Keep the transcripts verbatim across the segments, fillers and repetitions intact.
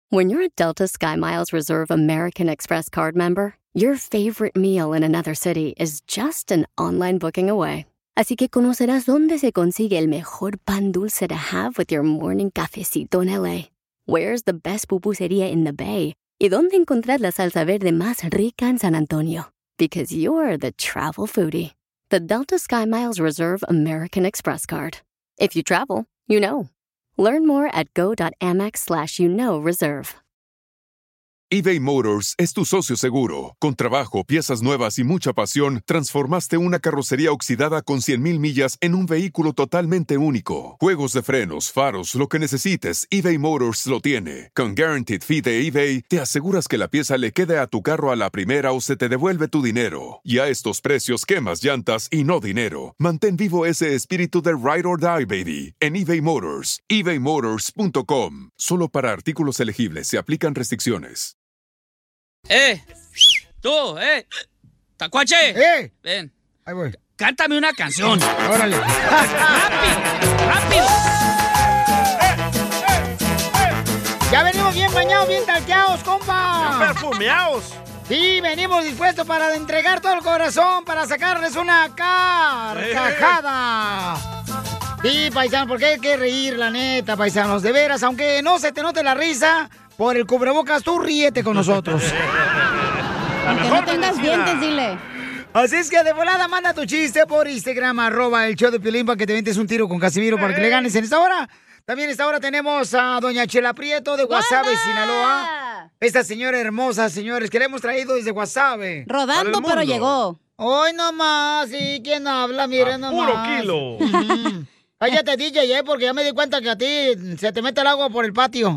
When you're a Delta SkyMiles Reserve American Express card member, your favorite meal in another city is just an online booking away. Así que conocerás dónde se consigue el mejor pan dulce to have with your morning cafecito en L A. Where's the best pupusería in the Bay? Y dónde encontrar la salsa verde más rica en San Antonio. Because you're the travel foodie. The Delta SkyMiles Reserve American Express card. If you travel, you know. Learn more at go.amex slash you know reserve. eBay Motors es tu socio seguro. Con trabajo, piezas nuevas y mucha pasión, transformaste una carrocería oxidada con cien mil millas en un vehículo totalmente único. Juegos de frenos, faros, lo que necesites, eBay Motors lo tiene. Con Guaranteed Fee de eBay, te aseguras que la pieza le quede a tu carro a la primera o se te devuelve tu dinero. Y a estos precios, quemas llantas y no dinero. Mantén vivo ese espíritu de Ride or Die, baby, en eBay Motors. ebay motors punto com. Solo para artículos elegibles se aplican restricciones. ¡Eh! ¡Tú, eh! ¡Tacuache! ¡Eh! Ven. Ahí voy. Cántame una canción. Órale. ¡Rápido! ¡Rápido! Ya venimos bien bañados, bien talqueados, compa. Bien perfumeados. Sí, venimos dispuestos para entregar todo el corazón, para sacarles una carcajada. Sí, paisanos, porque hay que reír, la neta, paisanos, de veras. Aunque no se te note la risa, por el cubrebocas, tú ríete con nosotros. Aunque no tengas dientes, dile. Así es que de volada manda tu chiste por Instagram, arroba el show de Piolín, para que te ventes un tiro con Casimiro para que le ganes en esta hora. También en esta hora tenemos a doña Chela Prieto de Guasave, Sinaloa. Esta señora hermosa, señores, que le hemos traído desde Guasave. Rodando, pero llegó. Hoy nomás, sí, ¿quién habla? Miren nomás. Puro kilo. Uh-huh. Cállate, D J, ¿eh? Porque ya me di cuenta que a ti se te mete el agua por el patio.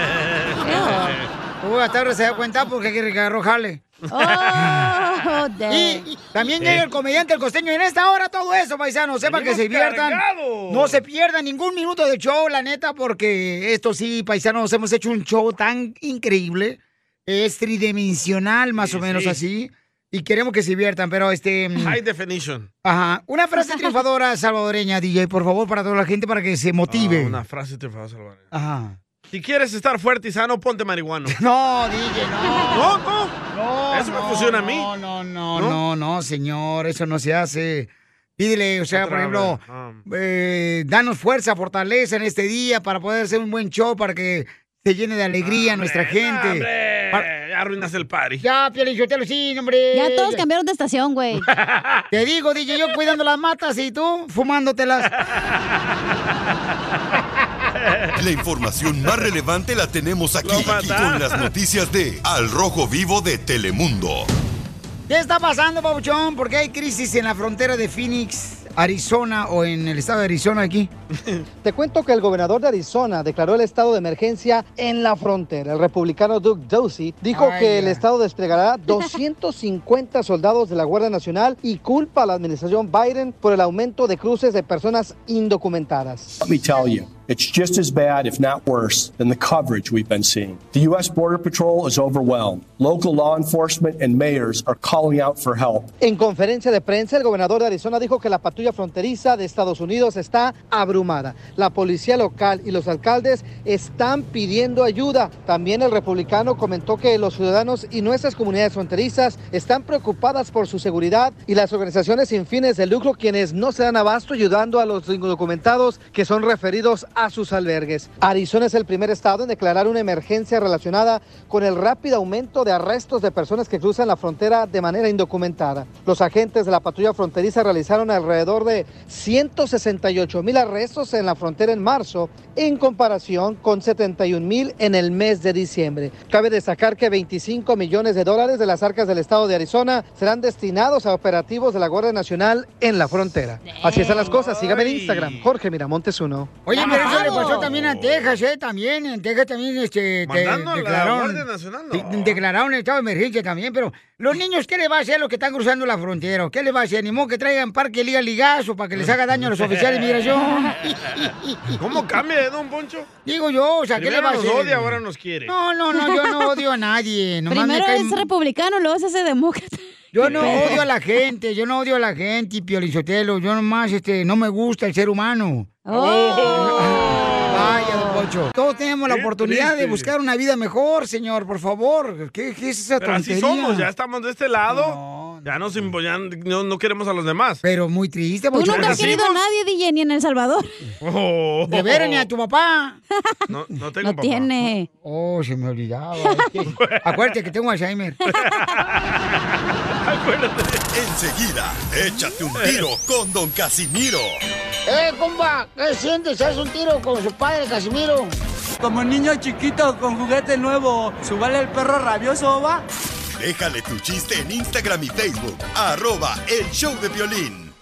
Uy, hasta ahora se da cuenta porque hay que arrojarle. Oh, y también llega el comediante El Costeño. Y en esta hora todo eso, paisanos, sepan que se diviertan. Cargados. No se pierdan ningún minuto de show, la neta, porque esto sí, paisanos, hemos hecho un show tan increíble. Es tridimensional, más sí, o menos sí. así. Y queremos que se diviertan, pero este... High definition. Ajá. Una frase triunfadora salvadoreña, D J, por favor, para toda la gente, para que se motive. Ah, una frase triunfadora salvadoreña. Ajá. Si quieres estar fuerte y sano, ponte marihuano. No, D J, no. No, no. No, Eso no, me funciona a no, mí. No, no, no, ¿No? no, no, señor, eso no se hace. Pídele, o sea, Otra por ejemplo, vez. Ah. eh, danos fuerza, fortaleza en este día para poder hacer un buen show, para que se llene de alegría nuestra gente. ¡Hombre! Para- Ya arruinas el party. Ya, Piolín Sotelo, sí, hombre. Ya todos cambiaron de estación, güey. Te digo, D J, yo cuidando las matas y tú fumándotelas. La información más relevante la tenemos aquí, Lo aquí mataste. con las noticias de Al Rojo Vivo de Telemundo. ¿Qué está pasando, Pabuchón? ¿Por qué hay crisis en la frontera de Phoenix, Arizona o en el estado de Arizona aquí? Te cuento que el gobernador de Arizona declaró el estado de emergencia en la frontera. El republicano Doug Ducey dijo Ay, que ya. el estado desplegará doscientos cincuenta soldados de la Guardia Nacional y culpa a la administración Biden por el aumento de cruces de personas indocumentadas. Let me tell you, it's just as bad, if not worse, than the coverage we've been seeing. The U S Border Patrol is overwhelmed. Local law enforcement and mayors are calling out for help. En conferencia de prensa, el gobernador de Arizona dijo que la patrulla fronteriza de Estados Unidos está abrumada. La policía local y los alcaldes están pidiendo ayuda. También el republicano comentó que los ciudadanos y nuestras comunidades fronterizas están preocupadas por su seguridad y las organizaciones sin fines de lucro quienes no se dan abasto ayudando a los indocumentados que son referidos a sus albergues. Arizona es el primer estado en declarar una emergencia relacionada con el rápido aumento de arrestos de personas que cruzan la frontera de manera indocumentada. Los agentes de la patrulla fronteriza realizaron alrededor de ciento sesenta y ocho mil arrestos en la frontera en marzo, en comparación con setenta y un mil en el mes de diciembre. Cabe destacar que veinticinco millones de dólares de las arcas del estado de Arizona serán destinados a operativos de la Guardia Nacional en la frontera. Así están las cosas. Sígame en Instagram, Jorge Miramontes uno. Oye, pero eso le pasó también a Texas, ¿eh? También, en Texas también, este... te- Mandando a la declararon- Guardia Nacional, no. de- declararon el estado de emergencia también, pero los niños, ¿qué les va a hacer a los que están cruzando la frontera? ¿Qué les va a hacer? Ni modo que traigan parque liga ligazo para que les haga daño a los oficiales de migración. ¿Cómo cambia, eh, don Poncho? Digo yo, o sea, ¿qué le Primero va a nos hacer? odia, ahora nos quiere. No, no, no, yo no odio a nadie. Nomás Primero me cae- es republicano, luego se hace demócrata. Yo no odio a la gente, yo no odio a la gente, Piolizotelo. Yo nomás, este, no me gusta el ser humano. Oh. Vaya, don Poncho. Todos tenemos la Qué oportunidad triste. de buscar una vida mejor, señor, por favor. ¿Qué, qué es esa Pero tontería? así somos, ya estamos de este lado. Ya nos impo- ya no, no queremos a los demás. Pero muy triste, Tú Poncho. nunca has querido a nadie, D J, ni en El Salvador. Oh. De veras, ni a tu papá. No, no tengo No papá. tiene. Oh, se me olvidaba. Es que- acuérdate que tengo Alzheimer. Enseguida, échate un tiro con Don Casimiro. ¡Eh, compa! ¿Qué sientes? ¿Haz un tiro con su padre, Casimiro? Como niño chiquito con juguete nuevo, ¿subale el perro rabioso, va? Déjale tu chiste en Instagram y Facebook, arroba el show de violín.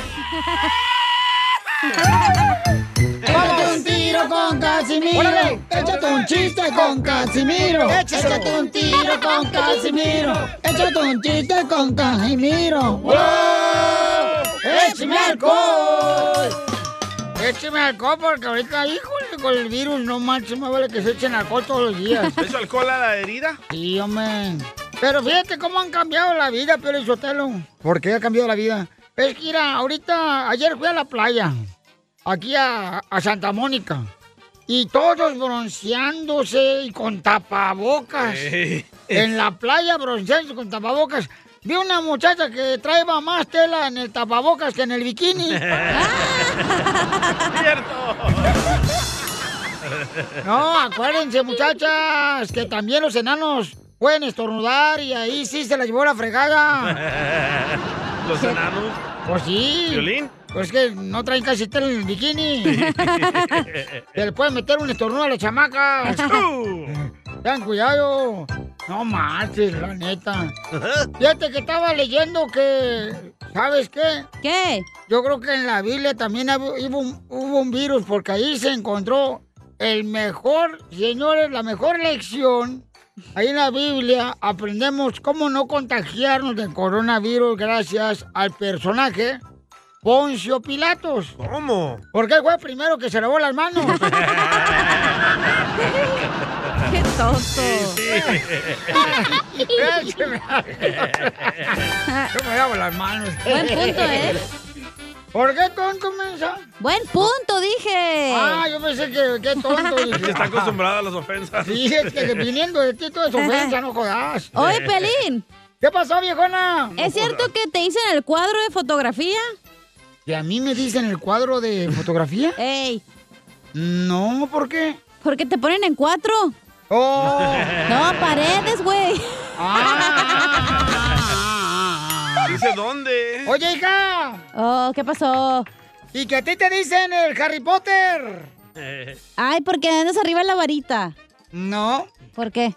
¡Échate un tiro con Casimiro! ¡Órale! ¡Échate un chiste con Casimiro! Échaselo. ¡Échate un tiro con Casimiro! ¡Échate un chiste con Casimiro! ¡Wow! ¡Échame alcohol! Écheme alcohol porque ahorita, híjole, con el virus, no manches, me vale que se echen alcohol todos los días. ¿Es alcohol a la herida? Sí, hombre. Pero fíjate cómo han cambiado la vida, Pio Lizotelo. ¿Por qué ha cambiado la vida? Es que, mira, ahorita, ayer fui a la playa, aquí a, a Santa Mónica, y todos bronceándose y con tapabocas. Ey. En la playa bronceándose con tapabocas. Vi una muchacha que traía más tela en el tapabocas que en el bikini. No, acuérdense, muchachas, que también los enanos pueden estornudar y ahí sí se la llevó la fregada. ¿Los enanos? Pues sí. ¿Violín? Pues que no traen casi tela en el bikini. Se le puede meter un estornudo a las chamacas. Ten cuidado. No marches, la neta. Fíjate que estaba leyendo que... ¿Sabes qué? ¿Qué? Yo creo que en la Biblia también hubo hubo un, hubo un virus porque ahí se encontró el mejor, señores, la mejor lección. Ahí en la Biblia aprendemos cómo no contagiarnos del coronavirus gracias al personaje Poncio Pilatos. ¿Cómo? Porque él fue el primero que se lavó las manos. ¡Qué tonto! Yo me lavo las manos. Buen punto, ¿eh? ¿Por qué tonto, mensa? Buen punto, dije. Ah, yo pensé que qué tonto. Es que está acostumbrada a las ofensas. Sí, es que viniendo de ti todo es ofensa, no jodas. Oye, Pelín. ¿Qué pasó, viejona? ¿Es cierto que te dicen el cuadro de fotografía? ¿Que a mí me dicen el cuadro de fotografía? ey. No, ¿por qué? Porque te ponen en cuatro. Oh. No, paredes, güey. ¿Dice dónde? Oye, hija. Oh, ¿qué pasó? ¿Y que a ti te dicen el Harry Potter? Ay, porque andas arriba de la varita. No. ¿Por qué?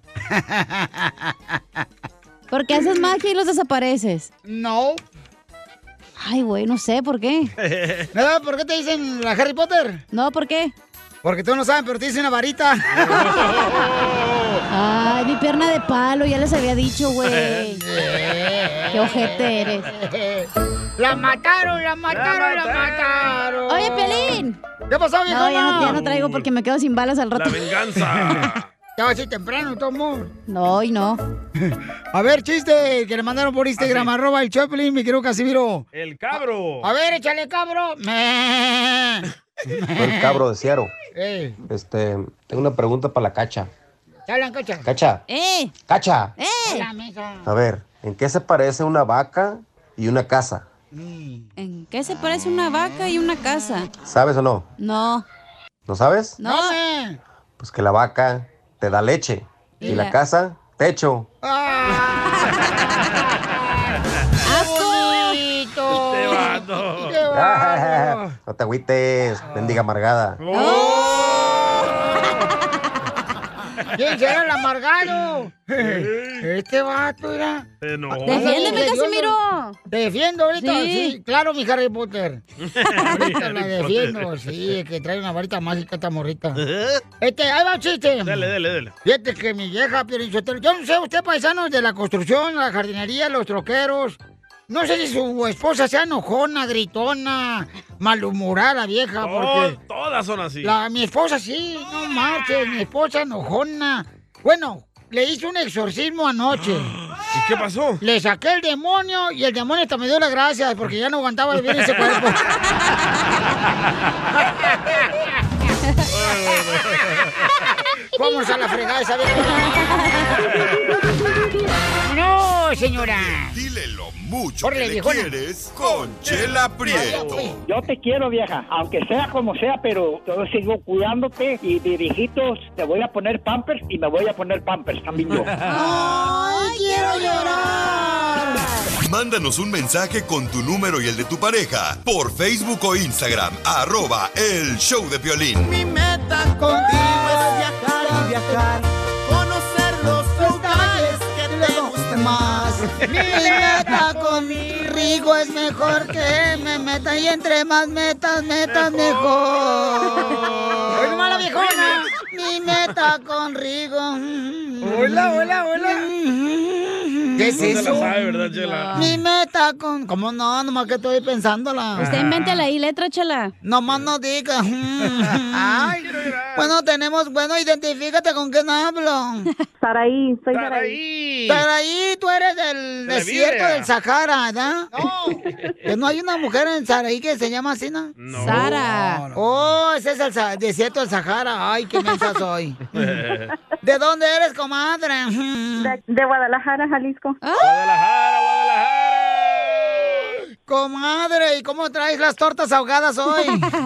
Porque haces magia y los desapareces. No. Ay, güey, no sé, ¿por qué? ¿Nada? ¿Por qué te dicen la Harry Potter? No, ¿por qué? Porque tú no sabes, pero te dicen una varita. Ay, mi pierna de palo, ya les había dicho, güey. Qué ojete eres. La mataron, la mataron, la mataron. Oye, Pelín. ¿Qué pasó, No, viejona? ya no, ya no traigo porque me quedo sin balas al rato. La venganza. Ya va a ser temprano, tomo. No, y no. A ver, chiste que le mandaron por Instagram, ¿Ah, sí? arroba el Choplin, mi querido Casimiro. El cabro. A ver, échale, cabro. Me. Soy el cabro de Ciaro. Eh, Este, tengo una pregunta para la Cacha. ¿Hablan, cacha? Cacha, ¡Eh! Cacha. ¡Eh! La mesa. A ver, ¿en qué se parece una vaca y una casa? ¿En qué se parece una vaca y una casa? ¿Sabes o no? No. ¿No sabes? No. ¡Dame! Pues que la vaca te da leche y Y la la- casa, techo. ¡Asco! ¡Bonito! Este vato. ¡Qué bárbaro! No te agüites, bendiga amargada. ¿Quién será el amargado? Este vato, mira. Se enojó. Defiéndeme, Ay, Casimiro. ¿Te defiendo ahorita? Sí. Sí, claro, mi Harry Potter. Ahorita la Harry defiendo, Potter. sí, es que trae una varita mágica esta morrita. Este, ahí va un chiste. Dale, dale, dale. Fíjate que mi vieja, Piolinsotelo, yo no sé, usted paisanos de la construcción, la jardinería, los troqueros, no sé si su esposa sea enojona, gritona, malhumorada vieja, porque... Oh, todas son así. La, mi esposa sí, no marches, mi esposa enojona. Bueno, le hice un exorcismo anoche. ¿Y qué pasó? Le saqué el demonio y el demonio hasta me dio las gracias porque ya no aguantaba vivir ese cuerpo. Vamos a la fregada esa vieja. No, señora. Dile lo mucho Órale, que le viejona. quieres con Chela Prieto. Yo te quiero, vieja, aunque sea como sea, pero yo sigo cuidándote y de viejitos te voy a poner pampers y me voy a poner pampers también yo. ¡Ay, quiero llorar! Mándanos un mensaje con tu número y el de tu pareja por Facebook o Instagram, arroba El Show de Piolín. Mi meta contigo es viajar y viajar, conocer los lugares que te gusten más. Mi meta conmigo es mejor que me meta y entre más metas, metas mejor. ¡Hoy no mala viejona! Mi meta conmigo. Hola, hola, hola. ¿Qué es No se eso? la sabe, ¿verdad, Chela? Mi meta con... ¿Cómo no? Nomás que estoy pensándola. Usted invéntela ahí, letra, Chela. Nomás no diga. Ay, bueno, tenemos... Bueno, identifícate con quién hablo. Saraí, soy Saraí. Saraí, tú eres del De la desierto Biblia. del Sahara, ¿verdad? No. ¿Que no hay una mujer en Saraí que se llama así, no? No. Sara. Oh, ese es el sa- desierto del Sahara. Ay, qué mensa soy. ¿De dónde eres, comadre? De, de Guadalajara, Jalisco. Guadalajara, Guadalajara. Comadre, ¿y cómo traes las tortas ahogadas hoy?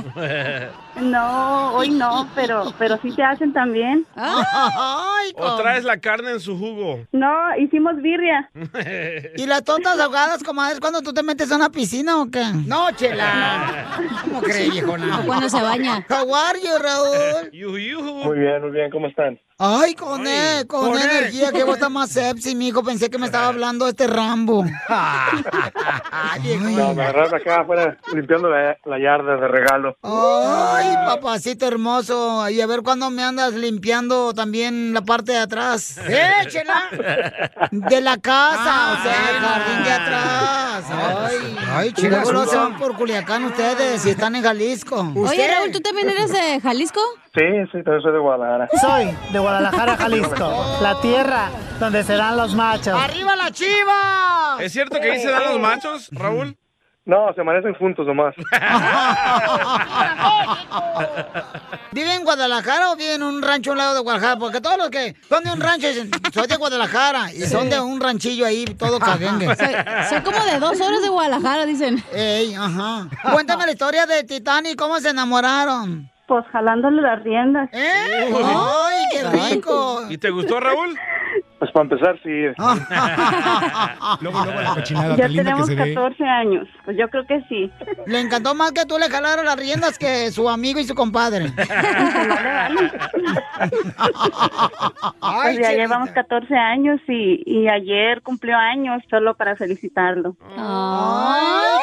No, hoy no, pero pero sí se hacen también. Ay, O com- traes la carne en su jugo. No, hicimos birria. ¿Y las tortas ahogadas, comadre, es cuando tú te metes a una piscina o qué? No, Chela. ¿Cómo crees, viejona? O cuando se baña. How are you, Raúl? Yuju, yuju. Muy bien, muy bien, ¿cómo están? Ay, con Ay, él, con, con él. energía, que vos estás más sepsi, mijo. Pensé que me estaba hablando este Rambo. Ay, viejona. No, me agarraron acá afuera limpiando la, la yarda de regalo. Ay, papacito hermoso. Y a ver cuándo me andas limpiando también la parte de atrás. ¡Échela! De la casa, o sea, el jardín de atrás. Ay, ay, chela, luego no suba. se van por Culiacán ustedes si están en Jalisco. Oye, Raúl, ¿tú también eres de Jalisco? Sí, sí, también soy de Guadalajara. Soy de Guadalajara, Jalisco, la tierra donde se dan los machos. ¡Arriba la chiva! ¿Es cierto que ahí se dan los machos, Raúl? No, se amanecen juntos nomás. ¿Vive en Guadalajara o vive en un rancho a un lado de Guadalajara? Porque todos los que son de un rancho dicen, soy de Guadalajara. Y son de un ranchillo ahí, todo caguengue. Soy, soy como de dos horas de Guadalajara, dicen. Ey, ajá. Cuéntame la historia de Titanic, ¿cómo se enamoraron? Pues jalándole las riendas. ¿Eh? ¡Ay, qué rico! ¿Y te gustó, Raúl? Pues para empezar, sí. Luego, luego la cochinada Ya tan linda que tenemos se ve. catorce años. Pues yo creo que sí. Le encantó más que tú le jalaras las riendas que su amigo y su compadre. Pues Ay, ya Chelita. llevamos catorce años y, y ayer cumplió años solo para felicitarlo. ¡Ay,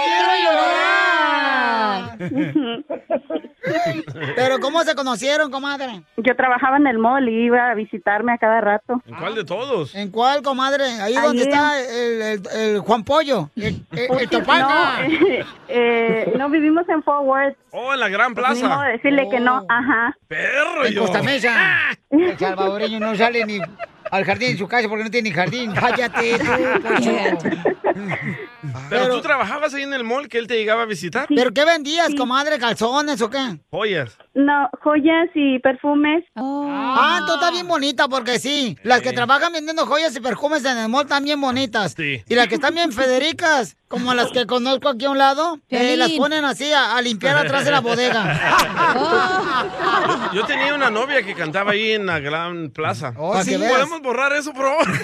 quiero llorar! Pero ¿cómo se conocieron, comadre? Yo trabajaba en el mall y iba a visitarme a cada rato. ¿En cuál de todos? ¿En cuál, comadre? Ahí, Ahí donde en- está el, el- el Juan Pollo, el, el, el No, Topanga. eh, eh, no vivimos en Fort Worth. Oh, en la Gran Pues ni modo Plaza. de decirle que no, ajá. Perro, En yo. Costa Mesa. El salvadoreño no sale ni al jardín de su casa porque no tiene ni jardín. Cállate tú, Poncho. Pero tú trabajabas ahí en el mall que él te llegaba a visitar. ¿Pero qué vendías, comadre? ¿Calzones o qué? Joyas. No, joyas y perfumes. Ah, tú estás bien bonita porque sí. Las que trabajan vendiendo joyas y perfumes en el mall están bien bonitas. Sí. Y las que están bien federicas, como las que conozco aquí a un lado, eh, Piolín. las ponen así a, a limpiar atrás de la bodega. Yo, yo tenía una novia que cantaba ahí en la Gran Plaza. Oh, sí. ¿Podemos borrar eso, por favor?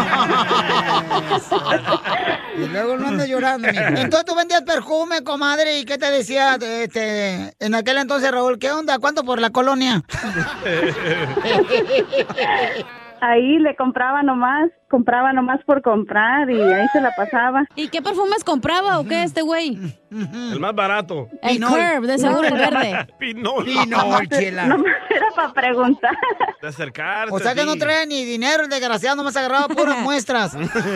Y luego no andes llorando, mijo. Entonces tú vendías perfume, comadre, ¿y qué te decía este, en aquel entonces, Raúl? ¿Qué onda? ¿Cuánto por la colonia? Ahí le compraba nomás, compraba nomás por comprar y ahí se la pasaba. ¿Y qué perfumes compraba o qué este güey? El más barato. El Pinol. Curve, de seguro, el verde. Pinol. Pinol, chela. Nomás era para preguntar. De acercarte. O sea que a no ti. trae ni dinero, el desgraciado, nomás agarraba puras muestras.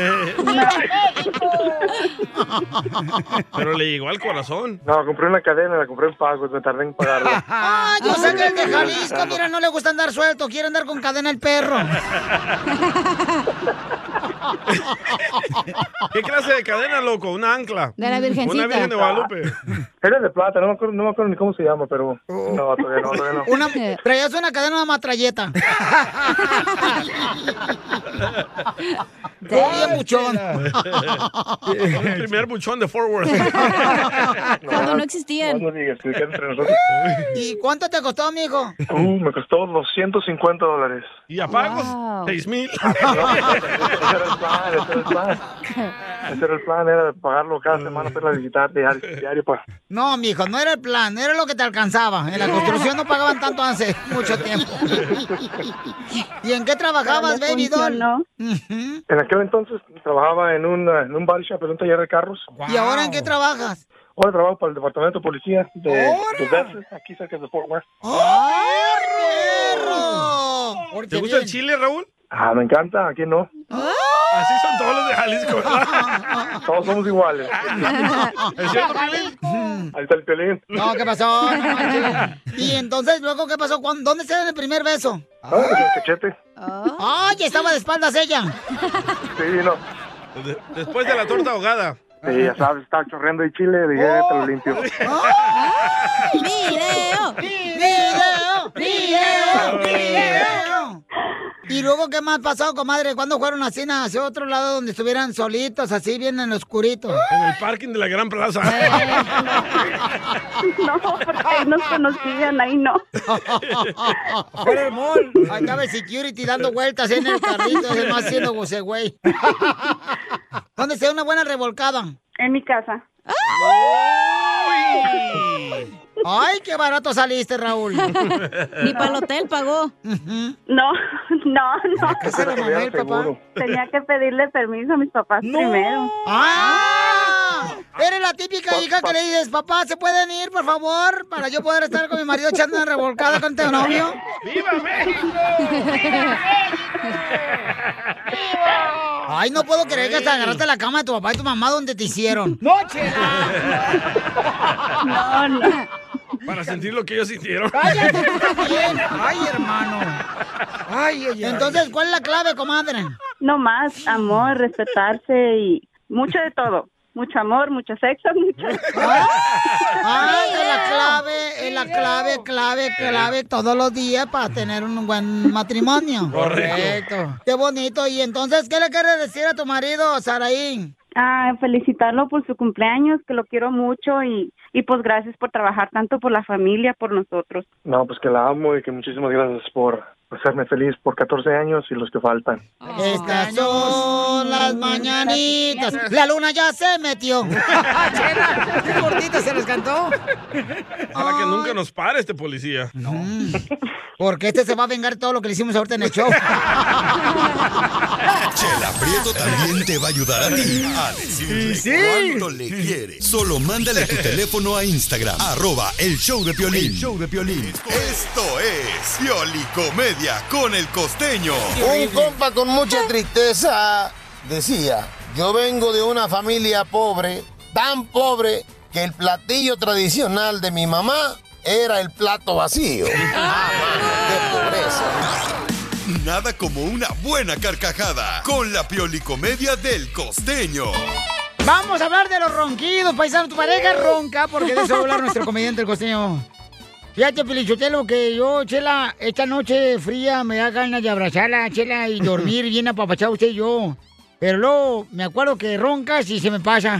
Pero le llegó al corazón. No, compré una cadena, la compré en pagos, me tardé en pagarla. Ah, yo sé que el de Jalisco, mira, no le gusta andar suelto, quiere andar con cadena el perro. ¿Qué clase de cadena, loco? Una ancla. De la Virgencita. Una Virgen de Guadalupe. Era de plata, no me acuerdo, no me acuerdo ni cómo se llama, pero... No, todavía no, todavía no. Una, traías una cadena, una matralleta. Bien buchón. El primer buchón de Fort Worth. Cuando no existían. No, no digas, que quede entre nosotros. ¿Y cuánto te costó, amigo? Uh, me costó doscientos cincuenta dólares. ¿Y a pagos? Wow. seis mil. No, ese era el plan, ese era el plan. Ese era el plan, era pagarlo cada semana para visitar diario, diario pues. No, mijo, no era el plan, era lo que te alcanzaba. En la construcción no pagaban tanto hace mucho tiempo. ¿Y en qué trabajabas, baby doll? En aquel entonces trabajaba en un, en un body shop, en un taller de carros. ¿Y ahora en qué trabajas? Ahora trabajo para el departamento de policía de, de Bedford, aquí cerca de Fort Worth. ¡Ay, perro! ¿Te gusta el chile, Raúl? Ah, me encanta, aquí no. Así son todos los de Jalisco, ¿verdad? Todos somos iguales. ¿Es cierto, Piolín? Ahí está el Piolín. No, ¿qué pasó? No, manches. Y entonces, luego, ¿qué pasó? ¿Cuándo- ¿Dónde se dio el primer beso? Ah, el cachete. ¡Ay, estaba de espaldas ella! Sí, no. De- después de la torta ahogada. Sí, ya sabes, estaba chorreando de chile, dije, te lo limpio. ¡Video! ¡Video! ¡Video! ¡Video! ¿Y luego qué más pasó, comadre? ¿Cuándo fueron a cena hacia otro lado donde estuvieran solitos, así bien en lo oscurito? En el parking de la Gran Plaza. No, porque ahí nos conocían, ahí no. Fuera el mall. Ahí estaba el security dando vueltas en el carrito, es más haciendo goce, güey. ¿Dónde se da una buena revolcada? En mi casa. Ay, qué barato saliste, Raúl. Ni para el hotel pagó. No, no, no. casa de la mamá y el papá? Tenía que pedirle permiso a mis papás primero. ¡Ah! Eres la típica hija que le dices, papá, ¿se pueden ir, por favor? Para yo poder estar con mi marido echando una revolcada con tu novio. ¡Viva México! Ay, no puedo creer que hasta agarraste la cama de tu papá y tu mamá donde te hicieron. ¡No, No, no. Para sentir lo que ellos sintieron. ¡Cállate, tú también! ¡Ay, hermano! Ay, ay, ay. Entonces, ¿cuál es la clave, comadre? No más, amor, respetarse y mucho de todo. Mucho amor, mucho sexo, mucho... Ay, es la clave, es la clave, clave, clave todos los días para tener un buen matrimonio. Correcto. Qué bonito. Y entonces, ¿qué le quieres decir a tu marido, Saraí? Ah, felicitarlo por su cumpleaños, que lo quiero mucho y, y pues gracias por trabajar tanto por la familia, por nosotros. No, pues que la amo y que muchísimas gracias por hacerme feliz por catorce años y los que faltan. Estas son las mañanitas. La luna ya se metió. Chela, qué cortita se les cantó. Para que nunca nos pare este policía. No. Porque este se va a vengar todo lo que le hicimos ahorita en el show. Chela Prieto también te va a ayudar a ti a decirle Sí. cuánto le quieres. Solo mándale tu teléfono a Instagram, arroba el show de Piolín. El show de Piolín. Esto es Piolicomedia con el Costeño. Un compa con mucha tristeza decía, yo vengo de una familia pobre, tan pobre que el platillo tradicional de mi mamá era el plato vacío. Ah, mano, qué pobreza. Nada como una buena carcajada con la Piolicomedia del Costeño. Vamos a hablar de los ronquidos, paisano. Tu pareja ronca, porque de eso va a hablar nuestro comediante, el Costeño. Fíjate, Pelichotelo, que yo, Chela, esta noche fría me da ganas de abrazarla, Chela, y dormir bien apapachado usted y yo. Pero luego me acuerdo que roncas y se me pasa.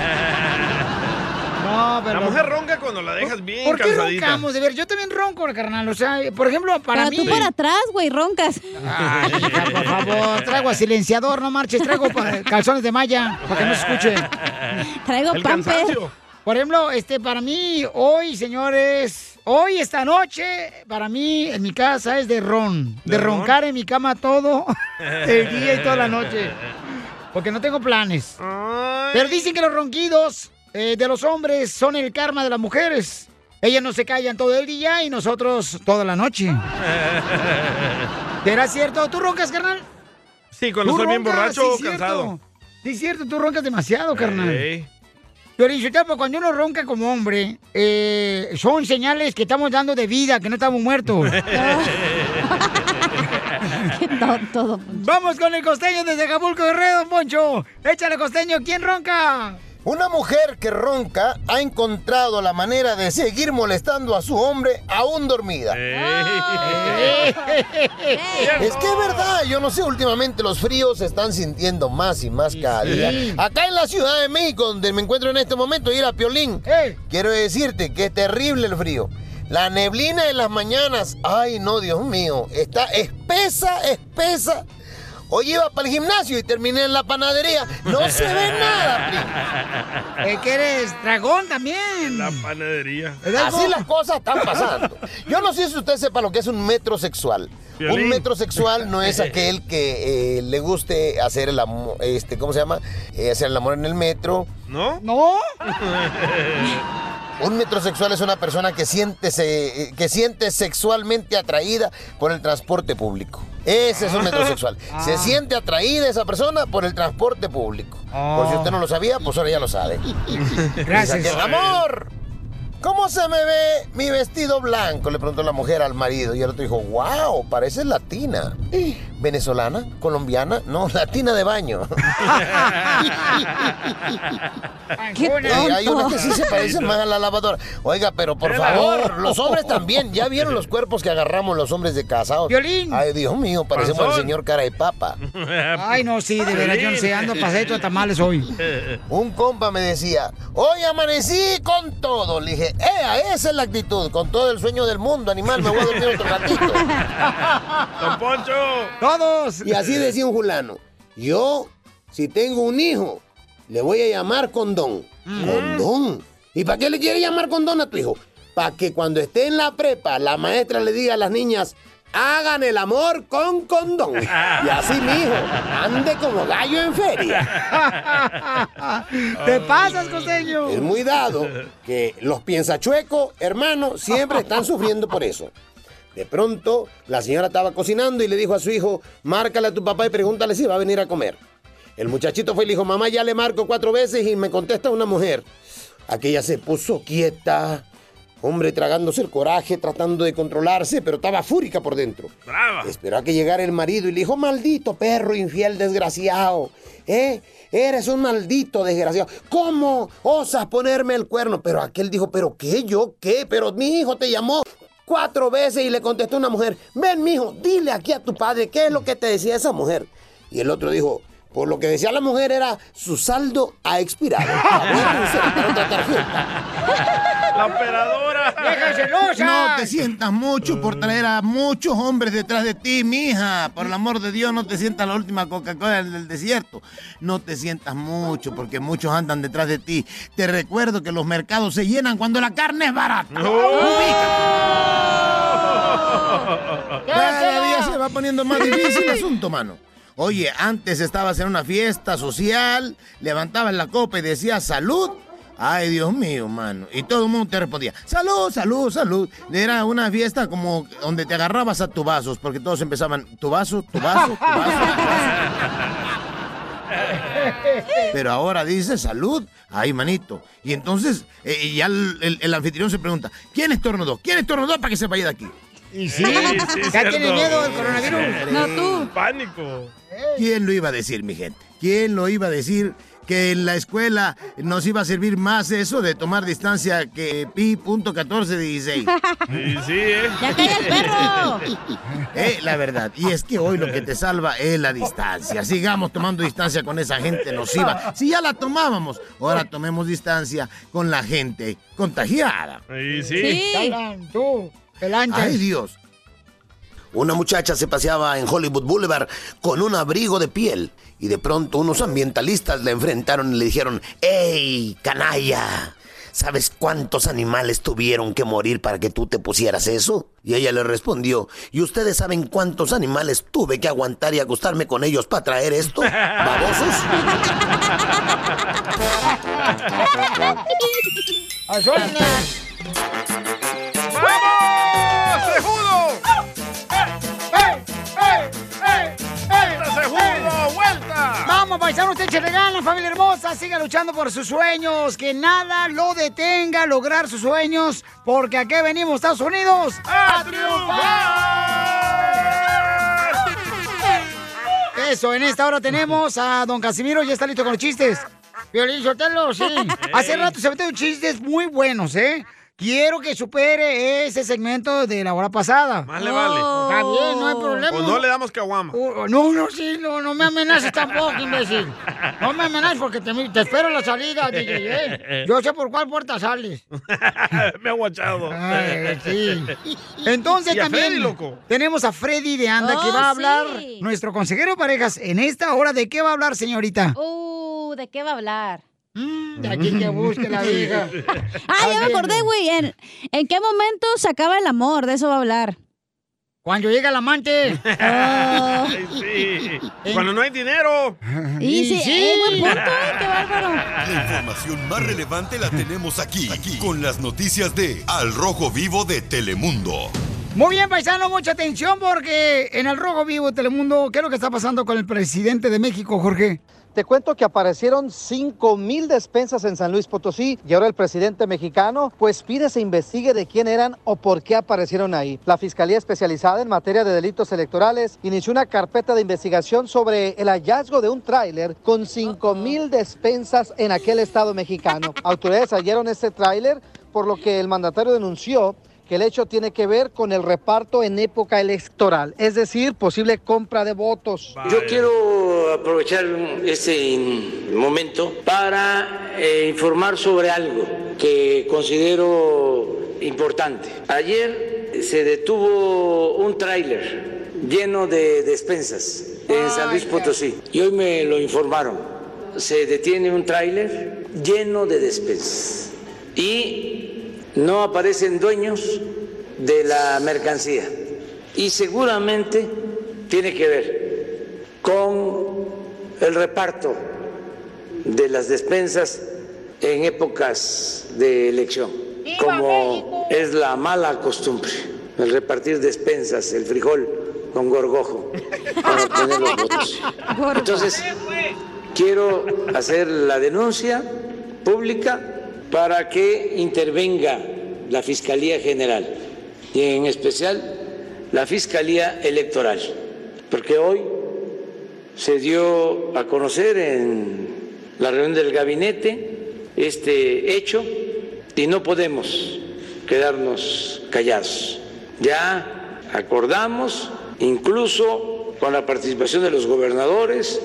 No, pero... La mujer ronca cuando la dejas bien ¿Por qué cansadita. roncamos? De ver, yo también ronco, carnal. O sea, por ejemplo, para Pero mí... tú para atrás, güey, roncas. Ay, hija, por favor, traigo a silenciador, no marches, traigo pa- calzones de malla para que no se escuche. Traigo El pamper. cansancio. Por ejemplo, este, para mí, hoy, señores, hoy, esta noche, para mí, en mi casa es de ron. De, ¿De ron? roncar en mi cama todo el día y toda la noche. Porque no tengo planes. Ay. Pero dicen que los ronquidos eh, de los hombres son el karma de las mujeres. Ellas no se callan todo el día y nosotros toda la noche. ¿Será cierto? ¿Tú roncas, carnal? Sí, cuando ¿Tú estoy bien roncas? borracho o Sí, cansado. cierto. Sí, es cierto, tú roncas demasiado, carnal. Ey. Pero Insultado, cuando uno ronca como hombre, eh, son señales que estamos dando de vida, que no estamos muertos. Qué tonto, don Poncho. Vamos con el costeño desde Acapulco, Guerrero, don Poncho. Échale, costeño, ¿quién ronca? Una mujer que ronca ha encontrado la manera de seguir molestando a su hombre aún dormida. Es que es verdad, yo no sé, últimamente los fríos se están sintiendo más y más cada día. Sí. Acá en la Ciudad de México, donde me encuentro en este momento, ir a Piolín, Hey. quiero decirte que es terrible el frío. La neblina en las mañanas, ay no, Dios mío, está espesa, espesa. Hoy iba para el gimnasio y terminé en la panadería. No se ve nada, primo. Es que eres dragón también. La panadería. Así las cosas están pasando. Yo no sé si usted sepa lo que es un metrosexual. Violín. Un metrosexual no es aquel que eh, le guste hacer el amor, este, ¿cómo se llama? Eh, hacer el amor en el metro. ¿No? ¿No? Un metrosexual es una persona que siente, se, que siente sexualmente atraída por el transporte público. Ese es un metrosexual. Ah. Se siente atraída esa persona por el transporte público. Ah. Por si usted no lo sabía, pues ahora ya lo sabe. Gracias. Dice aquel, amor, ¿cómo se me ve mi vestido blanco? Le preguntó la mujer al marido. Y el otro dijo, wow, pareces latina. ¿Venezolana? ¿Colombiana? No, latina de baño. ¡Qué Y hay tonto! unas que sí se parecen más a la lavadora. Oiga, pero por ¡Qué favor, lavadora! los hombres también. ¿Ya vieron los cuerpos que agarramos los hombres de casados? Violín. Ay, Dios mío, parecemos Panzón. el señor cara de papa. Ay, no, sí, de veras, yo no sé, ando pasadito de tamales hoy. Un compa me decía, hoy amanecí con todo. Le dije, ¡ea, esa es la actitud! Con todo el sueño del mundo, animal, me voy a dormir otro ratito. ¡Don Poncho! ¡Todos! Y así decía un fulano, yo, si tengo un hijo, le voy a llamar Condón. ¿Condón? ¿Y para qué le quiere llamar Condón a tu hijo? Para que cuando esté en la prepa, la maestra le diga a las niñas, hagan el amor con condón. Y así mi hijo ande como gallo en feria. ¡Te pasas, costeño! Es muy dado que los piensachuecos, hermano, siempre están sufriendo por eso. De pronto, la señora estaba cocinando y le dijo a su hijo, márcale a tu papá y pregúntale si va a venir a comer. El muchachito fue y le dijo, mamá, ya le marco cuatro veces y me contesta una mujer. Aquella se puso quieta, hombre, tragándose el coraje, tratando de controlarse, pero estaba fúrica por dentro. ¡Brava! Esperó a que llegara el marido y le dijo, maldito perro infiel desgraciado, ¿eh? Eres un maldito desgraciado. ¿Cómo osas ponerme el cuerno? Pero aquel dijo, ¿pero qué? ¿Yo qué? Pero mi hijo te llamó cuatro veces y le contestó una mujer, ven, mijo, dile aquí a tu padre qué es lo que te decía esa mujer. Y el otro dijo, por lo que decía la mujer era, su saldo ha expirado. A ver, insertar otra tarjeta. ¡La operadora! ¡Vieja celosa! No te sientas mucho por traer a muchos hombres detrás de ti, mija. Por el amor de Dios, no te sientas la última Coca-Cola del desierto. No te sientas mucho porque muchos andan detrás de ti. Te recuerdo que los mercados se llenan cuando la carne es barata. Cada día se va poniendo más difícil el asunto, mano. Oye, antes estabas en una fiesta social, levantabas la copa y decías salud. Ay, Dios mío, mano. Y todo el mundo te respondía, salud, salud, salud. Era una fiesta como donde te agarrabas a tu vasos, porque todos empezaban, tu vaso, tu vaso, tu vaso, tu vaso. Pero ahora dice salud. Ay, manito. Y entonces eh, ya el, el, el anfitrión se pregunta, ¿quién estornudó? ¿Quién estornudó para que se vaya de aquí? Y sí, ya tiene miedo del coronavirus. No, tú. ¡Pánico! ¿Quién lo iba a decir, mi gente? ¿Quién lo iba a decir que en la escuela nos iba a servir más eso de tomar distancia que pi punto catorce dieciséis? Sí, sí, ¿eh? ¡Ya calla el perro! Eh, la verdad. Y es que hoy lo que te salva es la distancia. Sigamos tomando distancia con esa gente nociva. Si ya la tomábamos, ahora tomemos distancia con la gente contagiada. Sí, sí. Sí. Talan, tú, pelanchas. Ay, Dios. Una muchacha se paseaba en Hollywood Boulevard con un abrigo de piel y de pronto unos ambientalistas la enfrentaron y le dijeron, ¡Ey, canalla! ¿Sabes cuántos animales tuvieron que morir para que tú te pusieras eso? Y ella le respondió, ¿y ustedes saben cuántos animales tuve que aguantar y acostarme con ellos para traer esto? ¿Babosos? ¡Vamos! ¡Cejudo! ¡Ey, ey, ey, ey! ¡Cejudo! ¡Vuelta! Vamos, paisanos, usted se regala, familia hermosa. Siga luchando por sus sueños. Que nada lo detenga a lograr sus sueños. Porque aquí venimos, Estados Unidos, ¡A triunfar! Eso, en esta hora tenemos a don Casimiro, ya está listo con los chistes. Piolín Sotelo, sí. Hace rato se metieron chistes muy buenos, ¿eh? Quiero que supere ese segmento de la hora pasada. Más le vale. Está bien, no hay problema. O no le damos caguama. Uh, no, no, sí, no, no me amenaces tampoco, imbécil. No me amenaces porque te, te espero en la salida, D J, ¿eh? Yo sé por cuál puerta sales. Me ha guachado. Ay, sí. Entonces y a también Freddy, loco. tenemos a Freddy de Anda, Oh, que va a hablar, sí. nuestro consejero de parejas, en esta hora. ¿De qué va a hablar, señorita? Uh, ¿de qué va a hablar? De aquí que busque la vieja. Ah, ya me acordé, güey. ¿En, ¿En qué momento se acaba el amor? De eso va a hablar. Cuando llega el amante. Oh. Ay, sí. Cuando no hay dinero. Y sí, eh, buen punto, eh, qué bárbaro. La información más relevante la tenemos aquí, aquí, con las noticias de Al Rojo Vivo de Telemundo. Muy bien, paisano, mucha atención porque en el Rojo Vivo de Telemundo, ¿qué es lo que está pasando con el presidente de México, Jorge? Te cuento que aparecieron cinco mil despensas en San Luis Potosí y ahora el presidente mexicano pues pide se investigue de quién eran o por qué aparecieron ahí. La Fiscalía Especializada en Materia de Delitos Electorales inició una carpeta de investigación sobre el hallazgo de un tráiler con cinco mil despensas en aquel estado mexicano. Autoridades hallaron este tráiler, por lo que el mandatario denunció que el hecho tiene que ver con el reparto en época electoral, es decir, posible compra de votos. Yo quiero aprovechar este momento para eh, informar sobre algo que considero importante. Ayer se detuvo un tráiler lleno de despensas en San Luis Potosí y hoy me lo informaron. Se detiene un tráiler lleno de despensas y no aparecen dueños de la mercancía y seguramente tiene que ver con el reparto de las despensas en épocas de elección, como es la mala costumbre, el repartir despensas, el frijol con gorgojo para obtener los votos. Entonces, quiero hacer la denuncia pública para que intervenga la Fiscalía General y en especial la Fiscalía Electoral, porque hoy se dio a conocer en la reunión del gabinete este hecho y no podemos quedarnos callados. Ya acordamos, incluso con la participación de los gobernadores,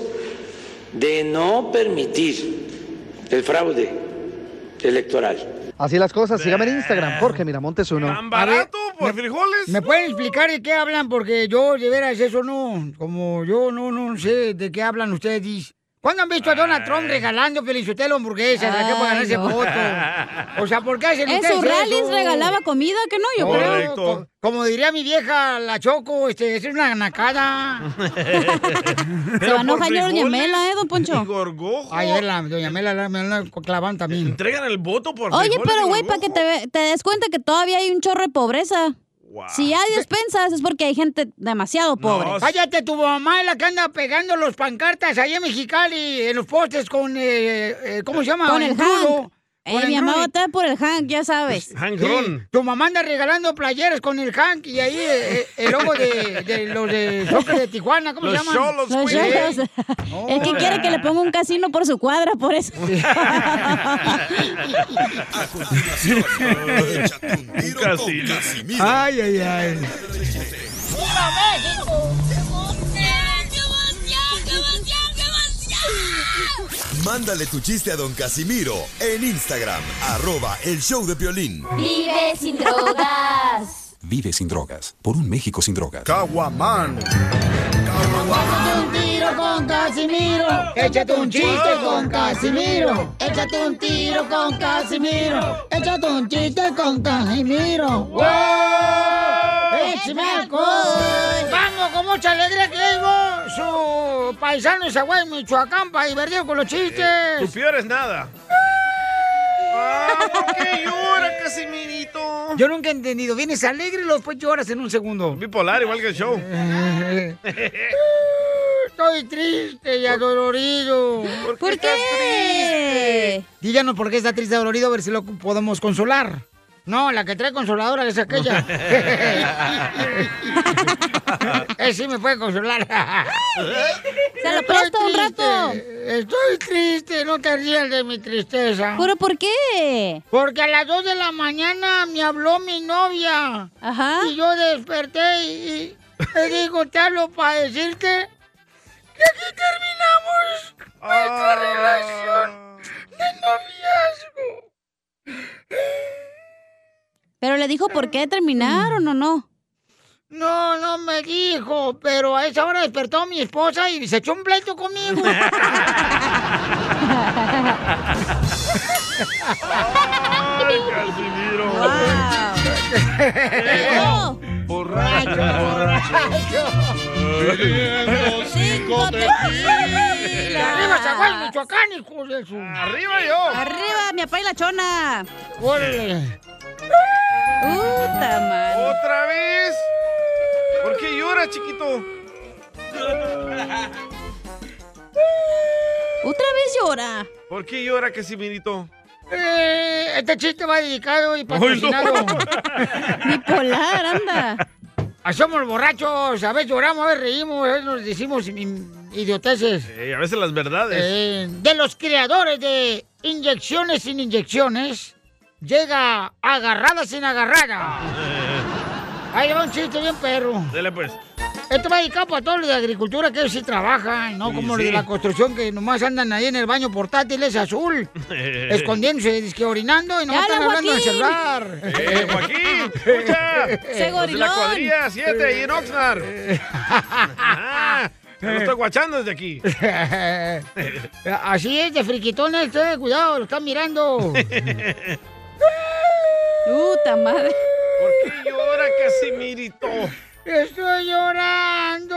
de no permitir el fraude electoral. Así las cosas, sígame en Instagram, Jorge Miramontes uno. ¿Tan barato por frijoles? ¿Me pueden explicar de qué hablan? Porque yo, de veras, eso no, como yo no, no sé de qué hablan ustedes. ¿Cuándo han visto a Donald Trump regalando Felicitelo hamburguesas? ¿A qué para ganarse no. voto? O sea, ¿por qué hacen En ustedes sus rallies eso? regalaba comida, que no, yo creo. Correcto. Co- Como diría mi vieja, la Choco, este, es una nacada. Se va a enojar ya doña Mela, ¿eh, don Poncho? Y gorgojo. Ay, a ver, la doña Mela la, me la clavan también. Entregan el voto por Oye, frijoles pero y güey, para que gorgojo. te, te des cuenta que todavía hay un chorro de pobreza. Wow. Si hay despensas es porque hay gente demasiado pobre. No, Cállate, tu mamá es la que anda pegando los pancartas ahí en Mexicali, en los postes con, eh, eh, ¿cómo se llama? Con el Engrudo. Hank. Eh, mi mamá vota por el Hank, ya sabes. Hank Sí, Ron. tu mamá anda regalando playeras con el Hank y ahí eh, el logo de, de los de Soccer de Tijuana, ¿cómo Los se llaman? Xolos, Los güey. cholos. El que quiere que le ponga un casino por su cuadra, por eso. A continuación, échate un tiro con casino. Casimiro. Ay, ay, ay. ¡Viva México! Mándale tu chiste a don Casimiro en Instagram, arroba el show de Piolín. Vive sin drogas. Vive sin drogas. Por un México sin drogas. Caguaman. Échate un tiro con Casimiro. Échate un chiste con Casimiro. Échate un tiro con Casimiro. Échate un chiste con Casimiro. ¡Wow! ¡Échame alcohol! Vamos con mucha alegría que llegó su paisano Zaguay, Michoacán, para divertir con los chistes. Tu peor es nada. Ah, ¿por qué llora, Casimirito? Yo nunca he entendido. Vienes alegre y luego después lloras en un segundo. Bipolar, igual que el show. Estoy triste y adolorido. ¿Por, ¿Por qué? Díganos por qué está triste y adolorido, a ver si lo podemos consolar. No, la que trae consoladora es aquella. Ese sí me puede consolar. Se lo presto un rato. Estoy triste, no te rías de mi tristeza. ¿Pero por qué? Porque a las dos de la mañana me habló mi novia. Ajá. Y yo desperté y, y le digo, te hablo para decirte que aquí terminamos nuestra relación de noviazgo. ¿Pero le dijo por qué terminaron o no? No, no me dijo, pero a esa hora despertó mi esposa y se echó un pleito conmigo. Ay, Casimiro. ¡Wow! Borracho, borracho. Pidiendo cinco tequilas. ¡Arriba, Zaguay, Michoacán, hijo de su! ¡Arriba yo! ¡Arriba, mi papá y la chona! ¡Órale! ¡Puta madre! ¿Otra vez? ¿Por qué llora, chiquito? ¿Otra vez llora? ¿Por qué llora, Casimirito? Eh, este chiste va dedicado y patrocinado. Ay, no. Bipolar, anda. Ah, somos borrachos, a veces lloramos, a veces reímos, a veces nos decimos idioteces. Eh, a veces las verdades. Eh, de los creadores de Inyecciones sin Inyecciones, llega Agarrada sin Agarrada. Ahí le va un chiste bien perro. Dele pues. Esto va dedicado para todos los de agricultura que ellos sí trabajan, no Sí, como sí. los de la construcción que nomás andan ahí en el baño portátil, es azul, escondiéndose, disque orinando y no ¡Ya están habla, hablando en el Joaquín! celular. ¡Eh, Joaquín! ¡Escucha! ¡Ese Los de la gorilón! cuadrilla siete ahí en Oxnard. Ah, me lo estoy guachando desde aquí. Así es, de friquitones, eh, cuidado, lo están mirando. ¡Puta madre! ¿Por qué llora, Casimirito? Estoy llorando.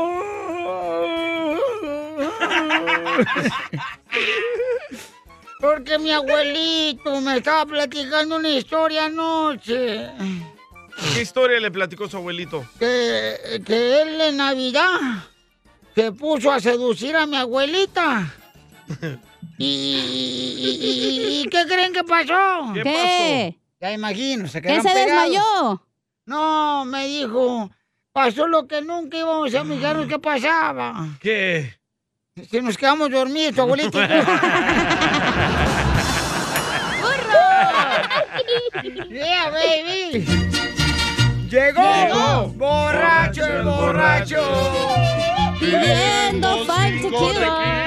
Porque mi abuelito me estaba platicando una historia anoche. ¿Qué historia le platicó su abuelito? Que, que él en Navidad se puso a seducir a mi abuelita. ¿Y, y, y- y qué creen que pasó? ¿Qué ¿Qué? Ya imagino, se ¿Qué quedaron se pegados. desmayó? No, me dijo, pasó lo que nunca íbamos a imaginar que pasaba. ¿Qué? Si nos quedamos dormidos, tu abuelito y yo. Yeah, baby. Llegó, Llegó. borracho el borracho. Pidiendo five tequila.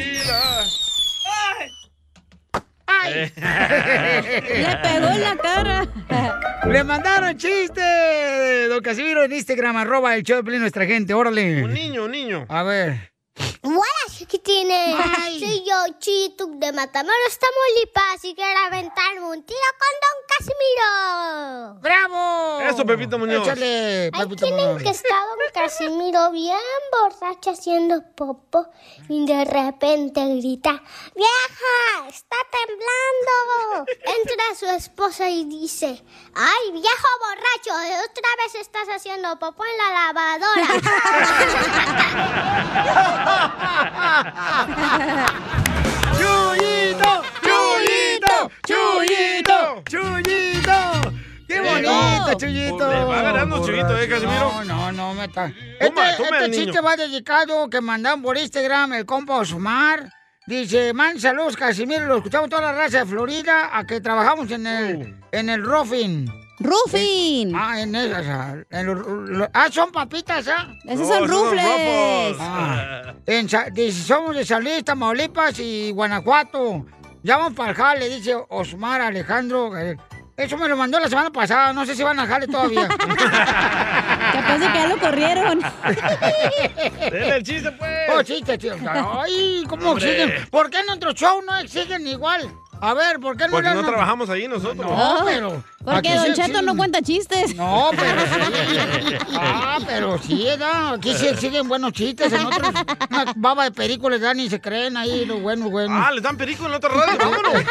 ¡Ay! Le pegó en la cara. Le mandaron chiste, don Casimiro, en Instagram, arroba el show de Piolín, nuestra gente, órale. Un niño, un niño. A ver. Hola, chiquitines. Ay. Soy yo, Chituk de Matamoros, Tamaulipas, y quiero aventarme un tiro con Don Casimiro. ¡Bravo! Eso, Pepito Muñoz. Échale, Ahí Pepito tienen Muñoz. que está Don Casimiro bien borracho haciendo popo y de repente grita, ¡vieja! ¡Está temblando! Entra su esposa y dice, ¡ay, viejo borracho! Otra vez estás haciendo popo en la lavadora. ¡Chuyito! ¡Chuyito! ¡Chuyito! ¡Chuyito! ¡Qué bonito, Chuyito! Le va ganando Chuyito, ¿eh, Casimiro? No, no, no me está. Toma, Este, toma este el niño. chiste va dedicado que mandan por Instagram el compa Osmar. Dice, man, saludos, Casimiro. Lo escuchamos toda la raza de Florida, a que trabajamos en el, en el roofing. ¡Roofing! Ah, en esas. ah, en los- los- ah, son papitas, ¿ah? Esos No, son esos son rufles. rufles. Ah, en Sa- dice, somos de San Luis, Tamaulipas y Guanajuato. Ya vamos para el jale, dice Osmar Alejandro. Eh, Eso me lo mandó la semana pasada, no sé si van al jale todavía. Capaz de que ya lo corrieron. Dele el chiste, pues. Oh, chiste, tío. Ay, ¿cómo Hombre. exigen? ¿Por qué nuestro show no exigen igual? A ver, ¿por qué no Porque le no dan- trabajamos ahí nosotros. No, pero... Porque aquí Don sí Cheto exigen. no cuenta chistes. No, pero sí. Ah, pero sí, ¿verdad? Aquí sí exigen buenos chistes. En otros, una baba de perico les dan y se creen ahí los buenos, buenos. Ah, les dan perico en la otra radio, vámonos.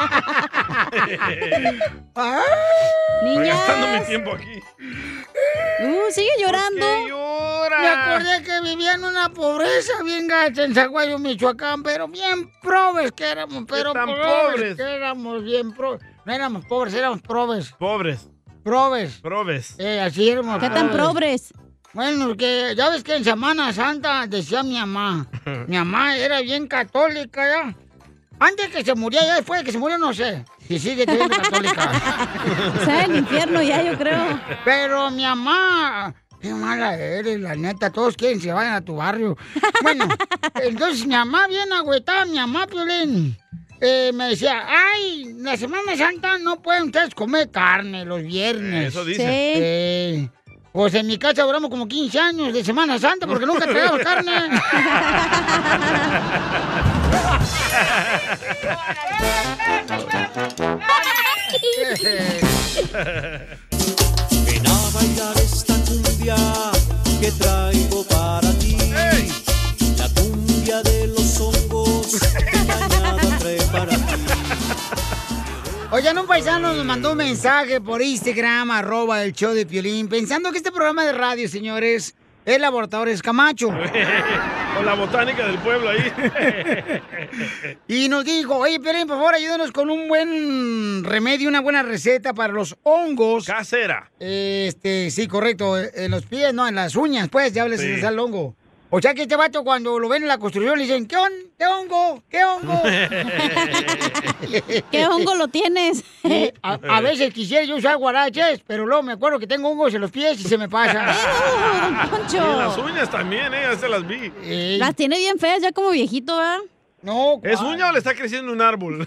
Ah, Estoy gastando mi Niñas. tiempo aquí. Uh, sigue llorando. ¿Qué llora? me acordé que vivía en una pobreza bien gacha en Zaguayo, Michoacán, pero bien probes que éramos, pero tan probes pobres? que éramos, bien probes. No éramos pobres, éramos probes. Pobres, Probes. probes. Eh, así éramos. ¿Qué tan probes. progres? Bueno, que ya ves que en Semana Santa decía mi mamá. Mi mamá era bien católica ya. Antes que se muriera, ya después de que se murió, no sé. Si sigue siendo católica. Está en el infierno ya, yo creo. Pero mi mamá... Qué mala eres, la neta. Todos quieren que se vayan a tu barrio. Bueno, entonces mi mamá bien agüetada, mi mamá, Piolín. Eh, me decía, ay, la Semana Santa no pueden ustedes comer carne los viernes. Eso dice. Sí. Eh, pues en mi casa duramos como quince años de Semana Santa porque nunca traíamos carne. Ven a bailar esta cumbia que traigo para ti. ¡Hey! La cumbia de los hongos que mañana trae para ti. Oigan, un paisano nos mandó un mensaje por Instagram, arroba el show de Piolín, pensando que este programa de radio, señores, es Laboratorios Camacho. Con la botánica del pueblo ahí. Y nos dijo, oye, Piolín, por favor, ayúdanos con un buen remedio, una buena receta para los hongos. Casera. Este, sí, correcto, en los pies, no, en las uñas, pues, ya les Sí. sale el hongo. O sea que este vato cuando lo ven en la construcción le dicen, ¿qué, on qué hongo? ¿Qué hongo? ¿Qué hongo lo tienes? Sí, a, a veces quisiera yo usar guaraches, pero luego me acuerdo que tengo hongos en los pies y se me pasa. Y en las uñas también, ¿eh? Ya se las vi. Las tiene bien feas ya como viejito, ¿verdad? No. ¿Es uña o le está creciendo un árbol?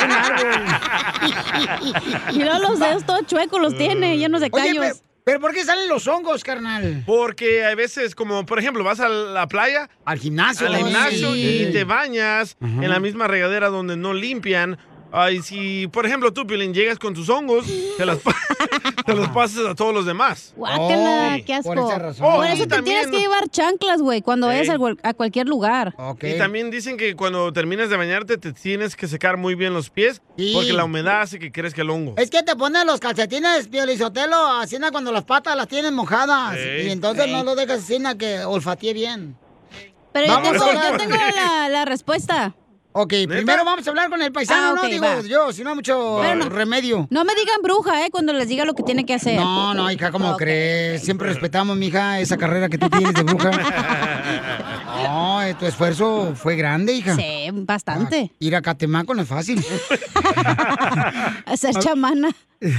Y luego los dedos todos chuecos los tiene, llenos de Oye, callos. pero, pero ¿por qué salen los hongos, carnal? Porque hay veces, como por ejemplo, vas a la playa. Al gimnasio. Al también. gimnasio Sí. y te bañas en la misma regadera donde no limpian. Ay, si, por ejemplo, tú, Piolín, llegas con tus hongos, te, las pa- te los pasas a todos los demás. Guácala, Sí. qué asco. Por Por, esa razón. Oh, y eso te también- tienes que llevar chanclas, güey, cuando Sí. vayas a, cual- a cualquier lugar. Y también dicen que cuando terminas de bañarte te tienes que secar muy bien los pies Sí. porque la humedad hace que crezca el hongo. Es que te ponen los calcetines, Piolizotelo, así na cuando las patas las tienes mojadas. Ey. Y entonces Ey. no lo dejas así na que olfatee bien. Pero yo Vamos tengo, a hablar. yo tengo la, la respuesta. Ok, primero vamos a hablar con el paisano, Ah, no ok, digo va. yo, si no hay mucho Pero no- remedio. No me digan bruja, ¿eh? Cuando les diga lo que tiene que hacer. No, no, hija, ¿cómo crees? Siempre respetamos, mija, esa carrera que tú tienes de bruja. No, eh, tu esfuerzo fue grande, hija. Sí, bastante. Ir a Catemaco no es fácil. Hacer chamana.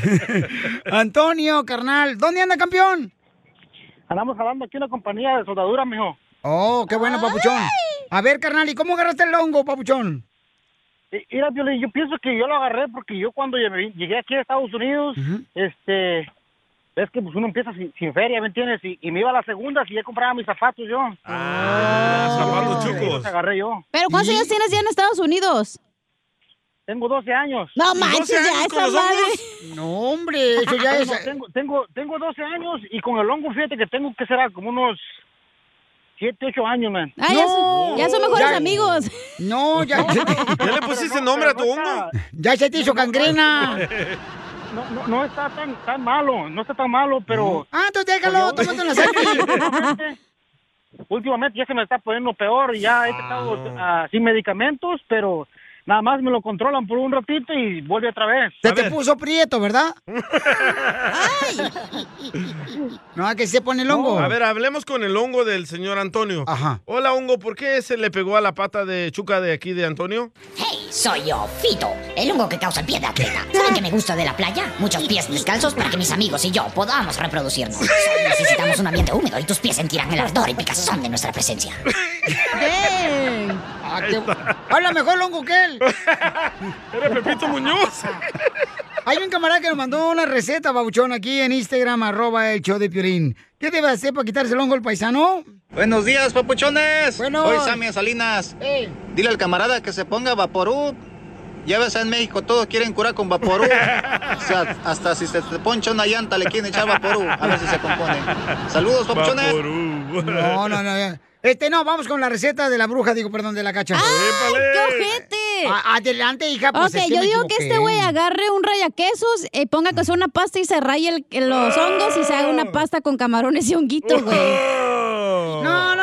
Antonio, carnal, ¿dónde anda, campeón? Andamos jalando aquí una compañía de soldadura, mijo. Oh, qué bueno, papuchón. A ver, carnal, ¿y cómo agarraste el hongo, papuchón? Y- Mira, Piolín, yo pienso que yo lo agarré porque yo cuando llegué llegué aquí a Estados Unidos, este, ves que pues uno empieza sin, sin feria, ¿me entiendes? Y, y me iba a las segundas y ya compraba mis zapatos yo. Ah, zapatos Y chucos. los agarré yo. ¿Pero cuántos años tienes ya en Estados Unidos? Tengo doce años. No manches, ya esa madre. No, hombre, eso ya es... No, tengo, tengo, tengo doce años y con el hongo, fíjate que tengo que ser como unos siete, ocho años, man. Ah, ya, son, ya son mejores ya- amigos. No, ya... ¿Ya le pusiste nombre a tu hongo? Ya se te hizo gangrena. No, no, no está tan, tan malo, no está tan malo, pero... Ah, entonces déjalo, tómate una selfie. Últimamente ya se me está poniendo peor y ya he tratado ah, sin medicamentos, pero nada más me lo controlan por un ratito y vuelve otra vez. Se te puso prieto, ¿verdad? No, que se pone el hongo. A ver, hablemos con el hongo del señor Antonio. Ajá. Hola, hongo, ¿por qué se le pegó a la pata de Chuca de aquí de Antonio? Hey, soy yo, Fito, el hongo que causa el pie de atleta. ¿Saben qué me gusta de la playa? Muchos pies descalzos para que mis amigos y yo podamos reproducirnos. Solo necesitamos un ambiente húmedo y tus pies sentirán el ardor y picazón de nuestra presencia. Ah, qué- Habla mejor el hongo que él. Era Pepito Muñoz. Hay un camarada que nos mandó una receta, babuchón, aquí en Instagram, arroba el show de Piolín. ¿Qué debe hacer para quitarse el hongo el paisano? Buenos días, papuchones. Bueno. Soy Sammy de Salinas. Dile al camarada que se ponga Vaporub. Ya ves, en México todos quieren curar con Vaporub. O sea, hasta si se te poncha una llanta le quieren echar Vaporub. A ver si se compone. Saludos, papuchones. No, no, no. ya. Este, no, vamos con la receta de la bruja, digo, perdón, de la cacha. ¡Ay, qué ojete! A- adelante, hija, pues Ok, es que yo me digo que equivoqué. este güey agarre un rayaquesos, eh, ponga que sea una pasta y se raye el- los hongos y se haga una pasta con camarones y honguitos, güey. No, no,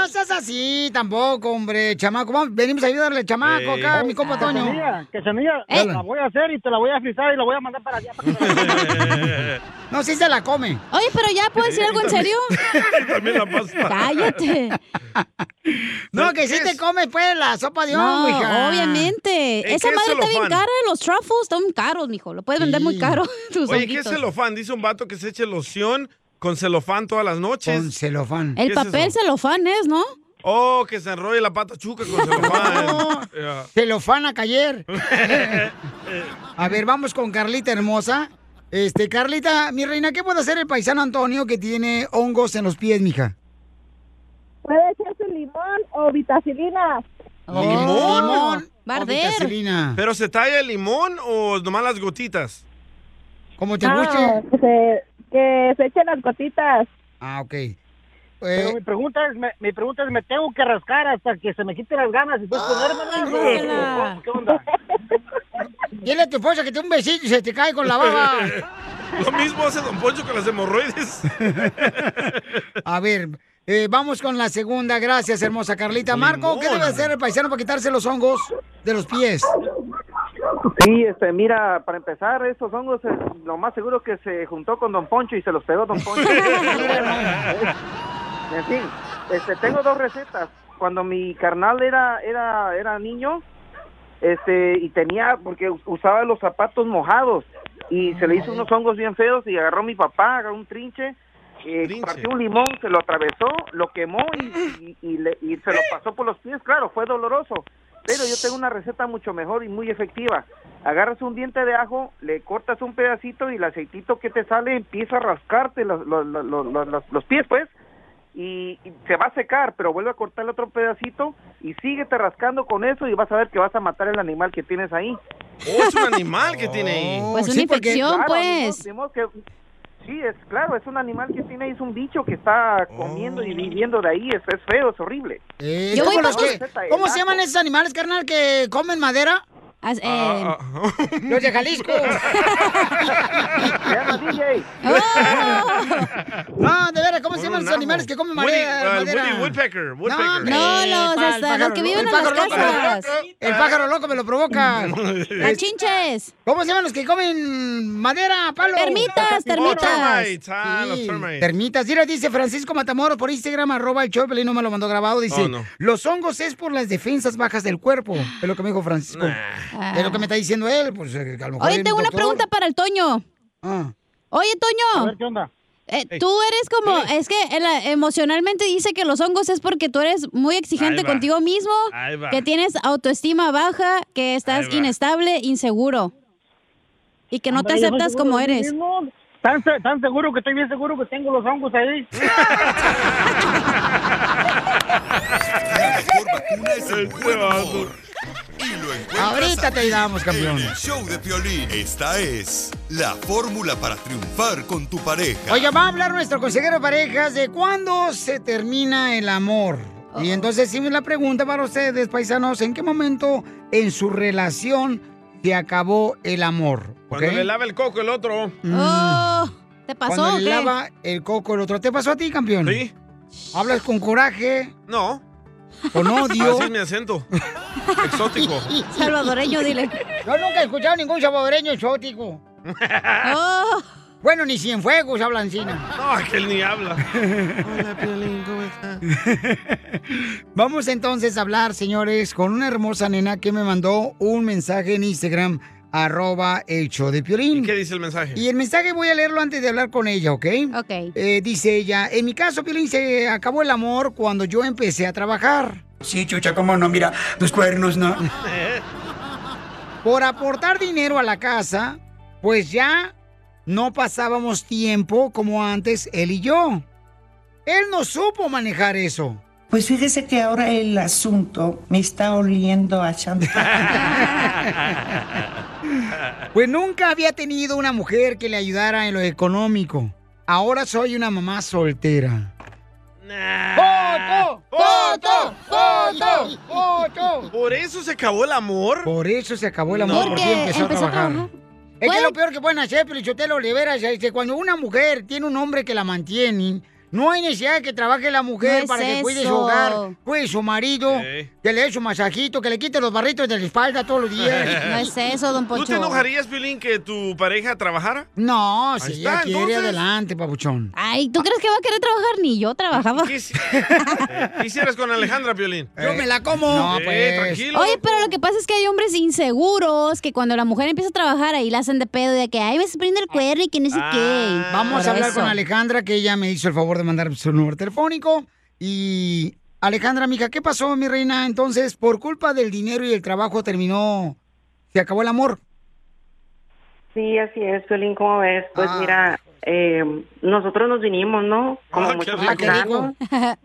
no seas así tampoco, hombre, chamaco. Vamos, venimos a ayudarle al chamaco acá, mi compa Toño. Que semilla, Eh. la voy a hacer y te la voy a frizar y la voy a mandar para allá. Para que No, sí se la come. Oye, pero ya puedes decir algo en serio. También la pasta. Cállate. No, que sí te comes, pues, la sopa de No, hongo, hija. obviamente. ¿En Esa qué madre está bien celofán? cara. Los truffles están caros, mijo. Lo puedes vender muy caro. Tus Oye, ¿qué es honguitos. celofán? Dice un vato que se eche loción con celofán todas las noches. Con celofán. El ¿Qué es papel eso? celofán es, ¿no? Oh, que se enrolle la pata chuca con celofán. Ya. Celofán a cayer. A ver, vamos con Carlita hermosa. Este, Carlita, mi reina, ¿qué puede hacer el paisano Antonio que tiene hongos en los pies, mija? Puede echarse limón o vitacilina. ¿Limón? Limón. Barder. Vitacilina. ¿Pero se talla el limón o nomás las gotitas? Como te Ah, guste. que se, que se echen las gotitas. Ah, ok. Pero mi pregunta es, me, mi pregunta es, ¿me tengo que rascar hasta que se me quiten las ganas y después ponérmelas? ¿Qué onda? Dile a tu esposa que te dé un besito y se te cae con la baba. Lo mismo hace Don Poncho con las hemorroides. A ver, eh, vamos con la segunda. Gracias, hermosa Carlita. Marco, ¿qué debe hacer el paisano para quitarse los hongos de los pies? Sí, este, mira, para empezar, estos hongos, eh, lo más seguro que se juntó con Don Poncho y se los pegó Don Poncho. En fin, este, tengo dos recetas. Cuando mi carnal era, era, era niño, este, y tenía, porque usaba los zapatos mojados, y se le hizo unos hongos bien feos, y agarró mi papá, agarró un trinche, eh, partió un limón, se lo atravesó, lo quemó y, y, y, le- y se lo pasó por los pies. Claro, fue doloroso, pero yo tengo una receta mucho mejor y muy efectiva. Agarras un diente de ajo, le cortas un pedacito y el aceitito que te sale empieza a rascarte los, los, los, los, los- los pies, pues, y, y se va a secar, pero vuelve a cortar otro pedacito y síguete rascando con eso y vas a ver que vas a matar el animal que tienes ahí. Oh, es un animal que tiene ahí. Pues una infección, Claro, pues. ni modo- ni modo que- sí, es claro, es un animal que tiene ahí, es un bicho que está comiendo y viviendo de ahí, es, es feo, es horrible. Eh, Yo ¿cómo voy los para- que- ¿Cómo se llaman esos animales, carnal, que comen madera? eh, Los de Jalisco. Se llama D J. No, de veras, ¿cómo se Bueno, llaman esos namo. animales que comen Woody, madera? uh, madera? Woody Woodpecker, Woodpecker. hombre, No, los, pa- el hasta pájaro los que loco, viven el en las pájaro loco. casas. El pájaro loco me lo provoca. Las chinches. ¿Cómo se llaman los que comen madera, palo? Termitas, termitas. Oh, termites, ah, Sí, los termites. termitas. Mira, dice Francisco Matamoros por Instagram, arroba el show de Piolín, no me lo mandó grabado. Dice, Oh, no. los hongos es por las defensas bajas del cuerpo. Es lo que me dijo Francisco. Es lo que me está diciendo él. Pues, eh, a lo mejor Oye, es tengo una doctor. pregunta para el Toño. Ah. Oye, Toño. A ver, ¿qué onda? Eh, tú eres como, es que el- emocionalmente dice que los hongos es porque tú eres muy exigente Ahí va. contigo mismo, Ahí va. que tienes autoestima baja, que estás Ahí va. inestable, inseguro y que no te Hombre, yo soy aceptas seguro como de mí eres. mismo. ¿Tan, se- tan seguro que estoy bien seguro que tengo los hongos ahí? Es el buen humor. Y lo encuentras Ahorita te aquí, damos, campeón. En el show de Piolín. Esta es la fórmula para triunfar con tu pareja. Oiga, va a hablar nuestro consejero de parejas de cuándo se termina el amor. Y entonces, si la pregunta para ustedes, paisanos, ¿en qué momento en su relación se acabó el amor? Cuando ¿Ok? le lava el coco el otro. Oh, ¿te pasó Cuando o le qué? lava el coco el otro. ¿Te pasó a ti, campeón? Sí. ¿Hablas con coraje? No. ¿Con odio? Así es mi acento. Exótico. Salvadoreño, dile. Yo nunca he escuchado ningún salvadoreño exótico. Oh. Bueno, ni Cienfuegos hablan China. No, aquel ni habla. Hola, Piolín, ¿cómo estás? Vamos entonces a hablar, señores, con una hermosa nena que me mandó un mensaje en Instagram, arroba el show de Piolín. ¿Qué dice el mensaje? Y el mensaje voy a leerlo antes de hablar con ella, ¿ok? Ok. Eh, dice ella, en mi caso, Piolín, se acabó el amor cuando yo empecé a trabajar. Sí, chucha, cómo no, mira, tus cuernos, ¿no? Por aportar dinero a la casa, pues ya no pasábamos tiempo como antes él y yo. Él no supo manejar eso. Pues fíjese que ahora el asunto me está oliendo a chantaje. Pues nunca había tenido una mujer que le ayudara en lo económico. Ahora soy una mamá soltera. ¡Foto! ¡Foto! ¡Foto! ¡Foto! ¿Por eso se acabó el amor? Por eso se acabó el amor, No. porque Porque empezó, empezó a a trabajar. trabajar. Es que ¿Pueden? lo peor que pueden hacer, Pelichotelo Oliveras, es que cuando una mujer tiene un hombre que la mantiene, No hay necesidad de que trabaje la mujer No es para que cuide su eso. hogar, cuide su marido, Sí. que le dé su masajito, que le quite los barritos de la espalda todos los días. No es eso, don ¿Tú Poncho. te enojarías, Piolín, que tu pareja trabajara? No, Ahí si está, ella quiere, entonces. adelante, papuchón. Ay, ¿tú crees que va a querer trabajar? Ni yo trabajaba. ¿Qué, ¿Qué hicieras con Alejandra, Piolín? Yo me la como. No, Eh, pues. Tranquilo. Oye, pero lo que pasa es que hay hombres inseguros que cuando la mujer empieza a trabajar ahí la hacen de pedo de que, ay, me estás poniendo el cuerno y que no sé qué. Vamos Por a hablar eso. con Alejandra, que ella me hizo el favor de mandar su número telefónico. Y Alejandra, mija, ¿qué pasó, mi reina? Entonces, por culpa del dinero y el trabajo terminó, se acabó el amor. Sí, así es, Piolín, ¿cómo ves? Pues Ah. mira, eh, nosotros nos vinimos, ¿no? Como Ah, qué muchos rico. Ah, qué rico. mexicanos,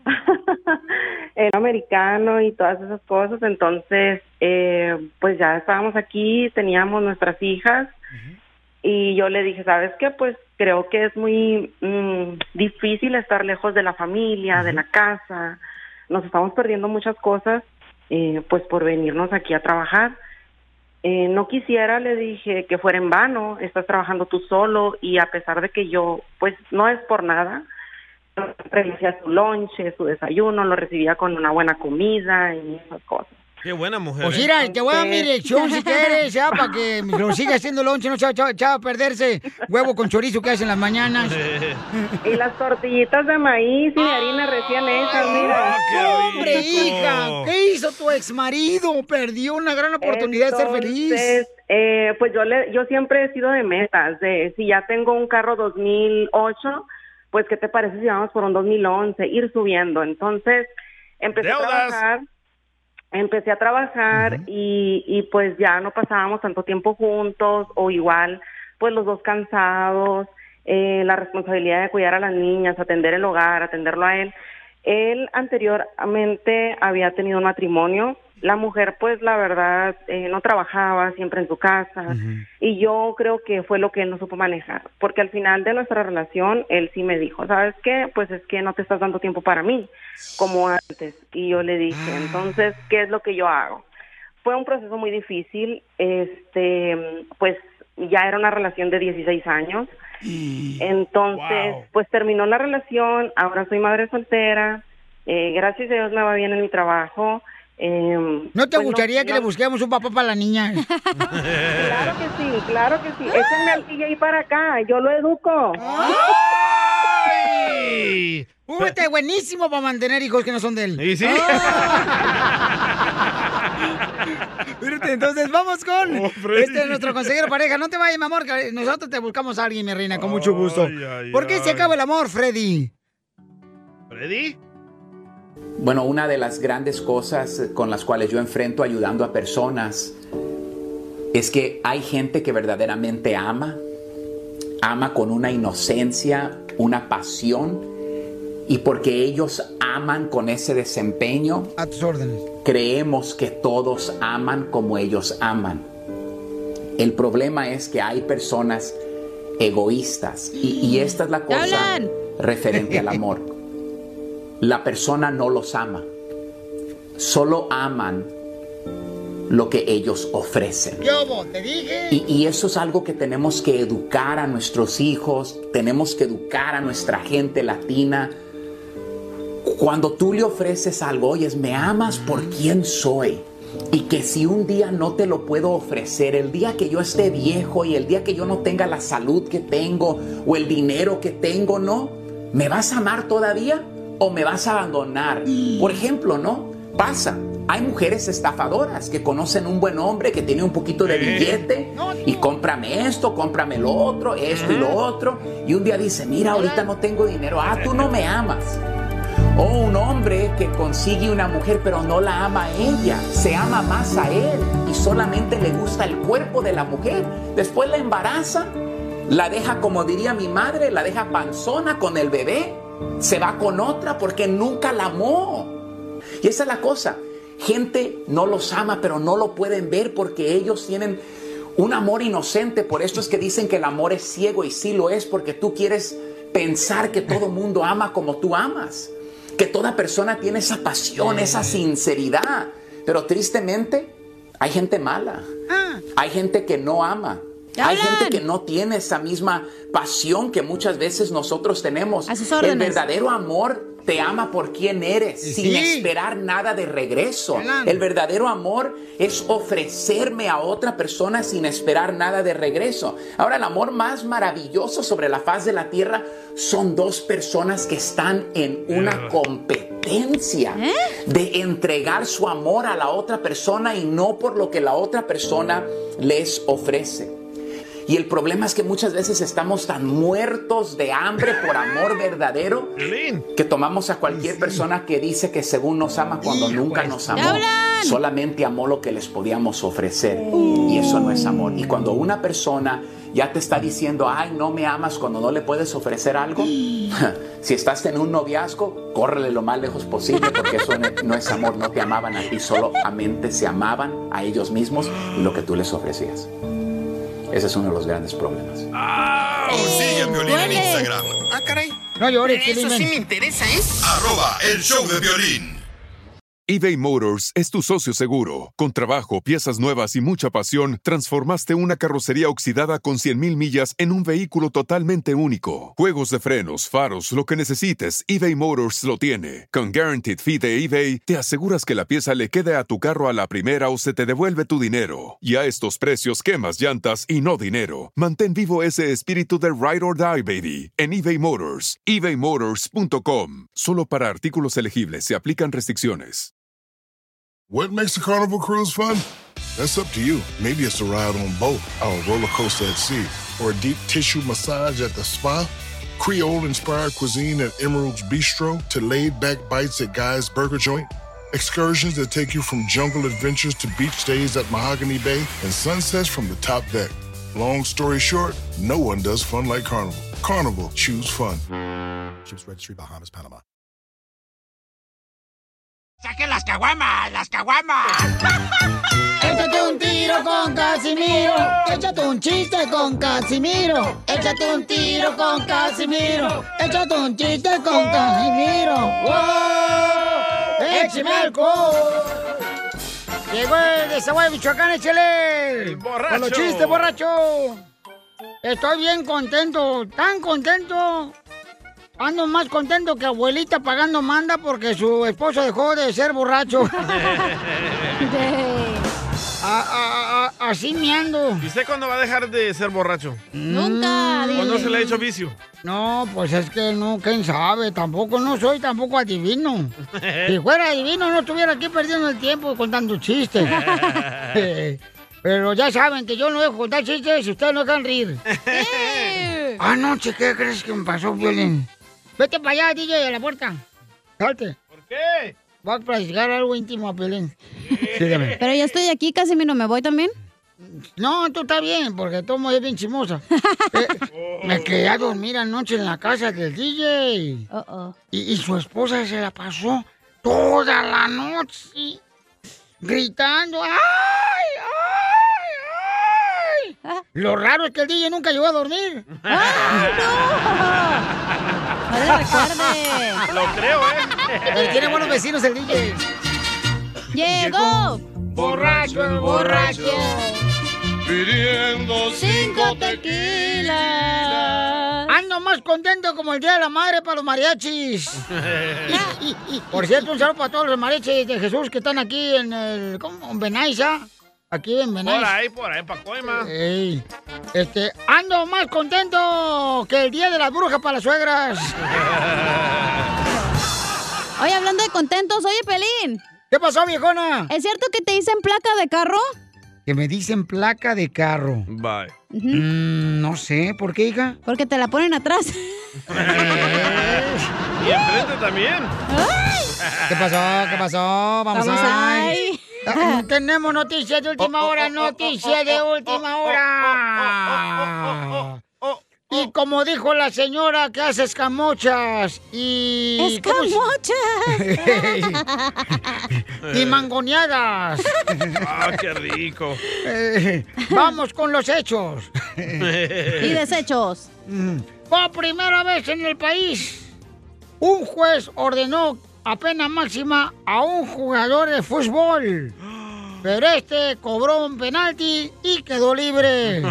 el americano y todas esas cosas, entonces, eh, pues ya estábamos aquí, teníamos nuestras hijas, y yo le dije, ¿sabes qué? Pues creo que es muy mm, difícil estar lejos de la familia, de la casa, nos estamos perdiendo muchas cosas, eh, pues por venirnos aquí a trabajar. Eh, no quisiera, le dije, que fuera en vano, estás trabajando tú solo y a pesar de que yo, pues no es por nada, siempre le hacía su lonche, su desayuno, lo recibía con una buena comida y esas cosas. Qué buena mujer. Pues ¿eh? mira, te voy a dar mi dirección si quieres, ya, para que lo siga haciendo lonche, no chava, chava, chava, perderse huevo con chorizo que hacen las mañanas. Y las tortillitas de maíz y de harina recién hechas, mira. ¡Hombre, hija! ¿Qué hizo tu exmarido? Perdió una gran oportunidad de ser feliz. Entonces, eh, pues yo le, yo siempre he sido de metas, de si ya tengo un carro dos mil ocho, pues ¿qué te parece si vamos por un dos mil once? Ir subiendo. Entonces, empecé Deudas. a trabajar, empecé a trabajar y, y pues ya no pasábamos tanto tiempo juntos o igual, pues los dos cansados, eh, la responsabilidad de cuidar a las niñas, atender el hogar, atenderlo a él. Él anteriormente había tenido un matrimonio. La mujer, pues, la verdad, eh, no trabajaba, siempre en su casa. Uh-huh. Y yo creo que fue lo que él no supo manejar. Porque al final de nuestra relación, él sí me dijo, ¿sabes qué? Pues es que no te estás dando tiempo para mí, como antes. Y yo le dije, entonces, ¿qué es lo que yo hago? Fue un proceso muy difícil. Este, pues, ya era una relación de dieciséis años. Entonces, wow. Pues terminó la relación. Ahora soy madre soltera. Eh, gracias a Dios me va bien en mi trabajo. Eh, ¿No te pues gustaría no, que no. le busquemos un papá para la niña? Claro que sí, claro que sí. Échenme al D J para acá, yo lo educo. ¡Ay! Uh, este es buenísimo para mantener hijos que no son de él. ¿Y sí? Espérate, entonces vamos con oh, este nuestro consejero pareja. No te vayas, mi amor, que nosotros te buscamos a alguien, mi reina, con mucho gusto. Ay, ay, ¿Por qué ay. se acaba el amor, Freddy? ¿Freddy? Bueno, una de las grandes cosas con las cuales yo enfrento ayudando a personas es que hay gente que verdaderamente ama, ama con una inocencia, una pasión, y porque ellos aman con ese desempeño, a tus órdenes, creemos que todos aman como ellos aman. El problema es que hay personas egoístas, y, y esta es la cosa referente al amor. La persona no los ama, solo aman lo que ellos ofrecen. Yo te dije. Y, y eso es algo que tenemos que educar a nuestros hijos, tenemos que educar a nuestra gente latina. Cuando tú le ofreces algo, oyes, me amas por quien soy. Y que si un día no te lo puedo ofrecer, el día que yo esté viejo y el día que yo no tenga la salud que tengo o el dinero que tengo, ¿no? ¿Me vas a amar todavía? ¿O me vas a abandonar? Por ejemplo, ¿no? Pasa. Hay mujeres estafadoras que conocen un buen hombre que tiene un poquito de billete y cómprame esto, cómprame lo otro, esto y lo otro. Y un día dice, mira, ahorita no tengo dinero. Ah, tú no me amas. O un hombre que consigue una mujer pero no la ama a ella, se ama más a él y solamente le gusta el cuerpo de la mujer. Después la embaraza, la deja, como diría mi madre, la deja panzona con el bebé. Se va con otra porque nunca la amó. Y esa es la cosa. Gente no los ama, pero no lo pueden ver porque ellos tienen un amor inocente. Por eso es que dicen que el amor es ciego, y sí lo es, porque tú quieres pensar que todo mundo ama como tú amas, que toda persona tiene esa pasión, esa sinceridad. Pero tristemente hay gente mala, hay gente que no ama. Hay gente que no tiene esa misma pasión que muchas veces nosotros tenemos. A sus El órdenes. verdadero amor te ama por quien eres, Sí. sin esperar nada de regreso. Alan. El verdadero amor es ofrecerme a otra persona sin esperar nada de regreso. Ahora, el amor más maravilloso sobre la faz de la tierra son dos personas que están en una competencia de entregar su amor a la otra persona y no por lo que la otra persona les ofrece. Y el problema es que muchas veces estamos tan muertos de hambre por amor verdadero que tomamos a cualquier persona que dice que según nos ama cuando nunca nos amó. Solamente amó lo que les podíamos ofrecer. Y eso no es amor. Y cuando una persona ya te está diciendo, ay, no me amas cuando no le puedes ofrecer algo, si estás en un noviazgo, córrele lo más lejos posible porque eso no- no es amor. No te amaban a ti, solamente se amaban a ellos mismos y lo que tú les ofrecías. Ese es uno de los grandes problemas. Sigue a Piolín en Instagram. Ah, caray. No llores, Eso Piolín. sí me interesa, ¿eh? Arroba el show de Piolín. eBay Motors es tu socio seguro. Con trabajo, piezas nuevas y mucha pasión, transformaste una carrocería oxidada con cien mil millas en un vehículo totalmente único. Juegos de frenos, faros, lo que necesites, eBay Motors lo tiene. Con Guaranteed Fee de eBay, te aseguras que la pieza le quede a tu carro a la primera o se te devuelve tu dinero. Y a estos precios, quemas llantas y no dinero. Mantén vivo ese espíritu de Ride or Die, baby, en eBay Motors. ebay motors punto com. Solo para artículos elegibles se aplican restricciones. What makes a Carnival cruise fun? That's up to you. Maybe it's a ride on boat, or a roller coaster at sea, or a deep tissue massage at the spa. Creole-inspired cuisine at Emerald's Bistro to laid-back bites at Guy's Burger Joint. Excursions that take you from jungle adventures to beach stays at Mahogany Bay and sunsets from the top deck. Long story short, no one does fun like Carnival. Carnival, choose fun. Ships Registry, Bahamas, Panama. ¡Saquen las caguamas! ¡Las caguamas! Échate un tiro con Casimiro. Échate un chiste con Casimiro. Échate un tiro con Casimiro. Échate un chiste con Casimiro. ¡Wow! ¡Échame alcohol! Llegó el de Zaguay, Michoacán, échale. El borracho. Con los chistes, borracho. Estoy bien contento, tan contento. Ando más contento que abuelita pagando manda porque su esposo dejó de ser borracho. A- a- a- así me ando. ¿Y usted cuándo va a dejar de ser borracho? Nunca. ¿O no se le ha hecho vicio? No, pues es que no, quién sabe, tampoco no soy tampoco adivino. Si fuera adivino no estuviera aquí perdiendo el tiempo contando chistes. Pero ya saben que yo no dejo contar chistes y ustedes no dejan reír. Anoche, ¿qué crees que me pasó, Violín? Vete para allá, D J, a la puerta. Salte. ¿Por qué? Voy a platicar algo íntimo a Piolín. Sígueme. Pero yo estoy aquí, Casimiro, ¿me voy también? No, tú estás bien, porque tú es bien chimosa. Eh, me quedé a dormir anoche en la casa del D J. Y, y su esposa se la pasó toda la noche gritando. ¡Ay, ay, ay! Lo raro es que el D J nunca llegó a dormir. ¡Ay, no! No le recuerde. Lo creo, ¿eh? Pero tiene buenos vecinos el D J. ¡Llegó! Borracho, el borracho. Pidiendo cinco tequilas. Ando más contento como el Día de la Madre para los mariachis. Por cierto, un saludo para todos los mariachis de Jesús que están aquí en el... ¿Cómo? En Benaiza. Aquí en Benaiza. Por ahí, por ahí, pa' Coima. Ey, este, ando más contento que el Día de las Brujas para las suegras. Oye, hablando de contentos, oye, Pelín. ¿Qué pasó, viejona? ¿Es cierto que te dicen placa de carro? Que me dicen placa de carro. Bye. Mm, no sé, ¿por qué, hija? Porque te la ponen atrás. Y enfrente también. ¿Qué pasó? ¿Qué pasó? Vamos, Vamos ahí. ahí. Ah, tenemos noticias de última hora, noticias de última hora. Y como dijo la señora que hace escamochas y... ¡Escamochas! y mangoneadas. ¡Ah, qué rico! Eh, vamos con los hechos. Y desechos. Por primera vez en el país, un juez ordenó a pena máxima a un jugador de fútbol. pero este cobró un penalti y quedó libre.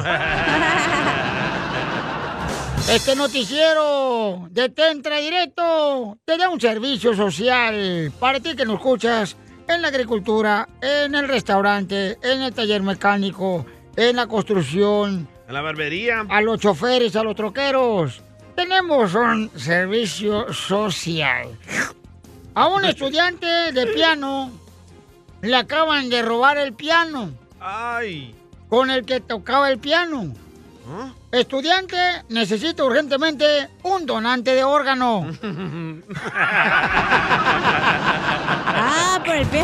Este noticiero de Tentra Directo te da un servicio social para ti que nos escuchas en la agricultura, en el restaurante, en el taller mecánico, en la construcción, en la barbería, a los choferes, a los troqueros. Tenemos un servicio social. A un estudiante de piano le acaban de robar el piano. Ay. Con el que tocaba el piano. ¿Ah? Estudiante necesita urgentemente un donante de órgano. Ah, por el pie.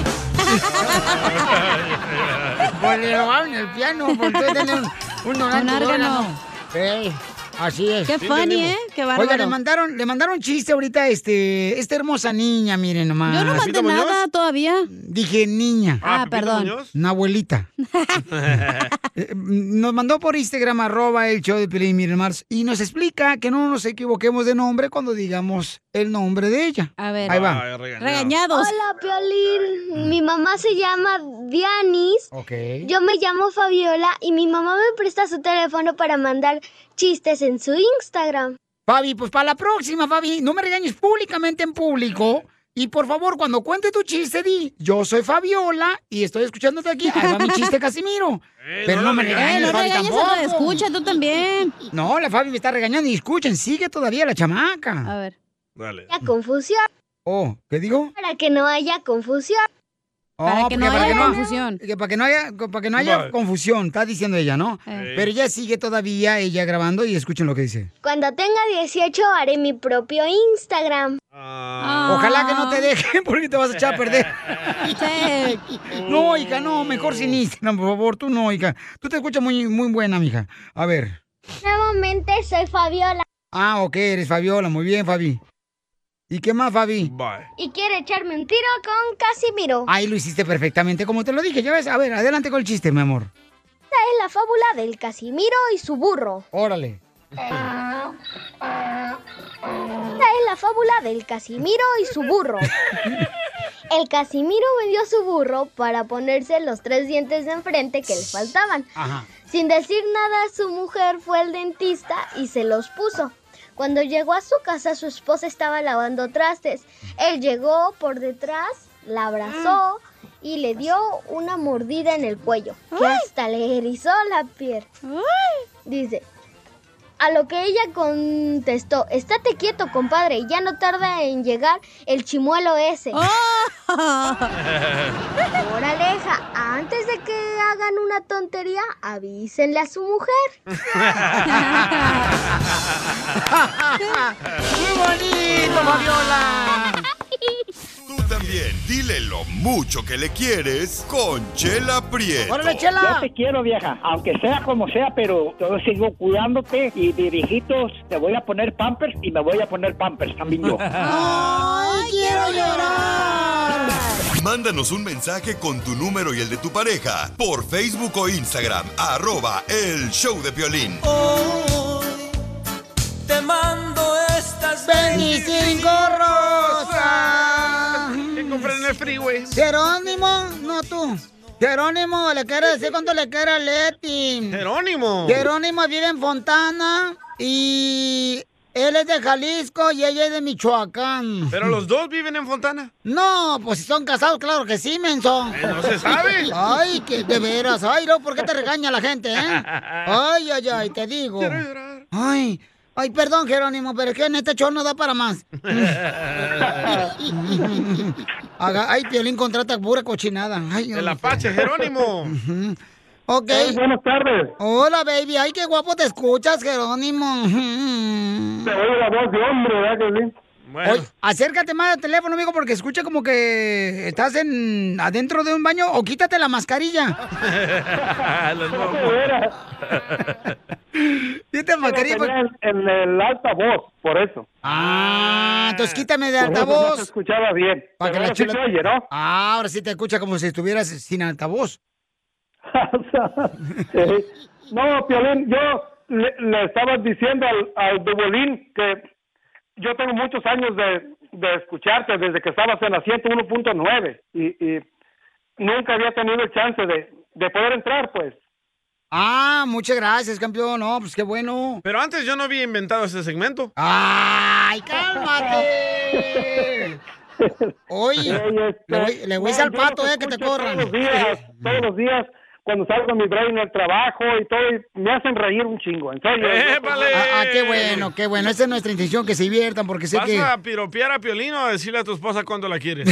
Pues le robaron el piano, porque tiene un, un donante Un de órgano. órgano. Sí, así es. Qué Sí, funny, le digo. ¿eh? Qué bárbaro. Oiga, le mandaron, le mandaron chiste ahorita este, esta hermosa niña, miren nomás. Yo no mandé nada todavía. Dije niña. Ah, Ah, perdón. Muñoz. Una abuelita. Eh, Nos mandó por Instagram, arroba el show de Piolín, miren más, y nos explica que no nos equivoquemos de nombre cuando digamos el nombre de ella. A ver. Ahí va. Ay, regañado. Regañados. Hola, Piolín. Mi mamá se llama Dianis. Ok. Yo me llamo Fabiola y mi mamá me presta su teléfono para mandar chistes en su Instagram. Fabi, pues para la próxima, Fabi, no me regañes públicamente en público. Y por favor, cuando cuente tu chiste, di, yo soy Fabiola y estoy escuchándote aquí. Ahí va mi chiste, Casimiro. Eh, Pero no, no me la regañes, Eh, no Fabi, regañes tampoco. a escucha, tú también. No, la Fabi me está regañando y escuchen, sigue todavía la chamaca. A ver. Dale. Haya confusión. Oh, ¿qué digo? Para que no haya confusión. Para Oh, que no porque haya no- confusión. que para que no haya, para que no haya Vale. confusión, está diciendo ella, ¿no? Eh. Pero ella sigue todavía, ella grabando y escuchen lo que dice. Cuando tenga dieciocho haré mi propio Instagram. Ah. Ojalá que no te dejen porque te vas a echar a perder. Sí. No, hija, no, mejor sin Instagram, por favor, tú no, hija. Tú te escuchas muy, muy buena, mija. A ver. Nuevamente soy Fabiola Ah, ok, eres Fabiola, muy bien, Fabi. ¿Y qué más, Fabi? Bye. y quiero echarme un tiro con Casimiro. Ahí lo hiciste perfectamente, como te lo dije, ya ves. A ver, adelante con el chiste, mi amor. Esta es la fábula del Casimiro y su burro. Órale. Esta es la fábula del Casimiro y su burro. El Casimiro vendió su burro para ponerse los tres dientes de enfrente que le faltaban. Ajá. Sin decir nada, su mujer fue al dentista y se los puso. Cuando llegó a su casa, su esposa estaba lavando trastes. Él llegó por detrás, la abrazó y le dio una mordida en el cuello, que hasta le erizó la piel. Dice, a lo que ella contestó, estate quieto, compadre, ya no tarda en llegar el chimuelo ese. Moraleja, antes de que hagan una tontería, avísenle a su mujer. ¡Muy bonito, Fabiola! Tú también, dile lo mucho que le quieres con Chela Prieto. ¡Órale, Yo Chela! te quiero, vieja, aunque sea como sea, pero yo sigo cuidándote y de viejitos te voy a poner pampers y me voy a poner pampers también yo. ¡Ay, quiero llorar! Mándanos un mensaje con tu número y el de tu pareja por Facebook o Instagram, arroba el show de Piolín. Te mando estas veinticinco rosas. ¿Qué compré en el freeway? Jerónimo, no tú. Jerónimo, le quiere decir cuánto le quiere a Leti. Jerónimo. Jerónimo vive en Fontana y él es de Jalisco y ella es de Michoacán. ¿Pero los dos viven en Fontana? No, pues si son casados, claro que sí, menso. Eh, no se sabe. Ay, que de veras. Ay, no, ¿por qué te regaña la gente, eh? Ay, ay, ay, te digo. Quiero llorar. Ay, ay, perdón, Jerónimo, pero es que en este show no da para más. Haga- Ay, Piolín contrata pura cochinada. Ay, El ay, Apache, Jerónimo. Ujú. Ok. Hey, buenas tardes. Hola, baby. Ay, qué guapo te escuchas, Jerónimo. Te oye la voz de hombre, ¿verdad que sí? Bueno. Oye, acércate más al teléfono, amigo, porque escucha como que estás en adentro de un baño o quítate la mascarilla. Los No, momos. era. Quítate la mascarilla. Lo tenía en, en el altavoz, por eso. Ah, entonces quítame de Por eso no se altavoz. escuchaba bien. Pa' que Pero la ahora sí chula- se oye, ¿no? Ah, ahora sí te escucha como si estuvieras sin altavoz. Sí. No, Piolín, yo le, le estaba diciendo al, al Dubolín que yo tengo muchos años de, de escucharte desde que estabas en la ciento uno punto nueve y, y nunca había tenido el chance de, de poder entrar, pues. Ah, muchas gracias, campeón. No, pues qué bueno. Pero antes yo no había inventado ese segmento. ¡Ay, cálmate! Oye, este, le voy, le voy a decir al pato, eh, que te corran. Todos los días, todos los días, cuando salgo a mi break en el trabajo y todo, y me hacen reír un chingo, en serio. ¡Épale! Ah, ah, qué bueno, qué bueno. Esa es nuestra intención, que se diviertan, porque sé ¿Vas que... a piropear a Piolín o a decirle a tu esposa cuánto la quieres?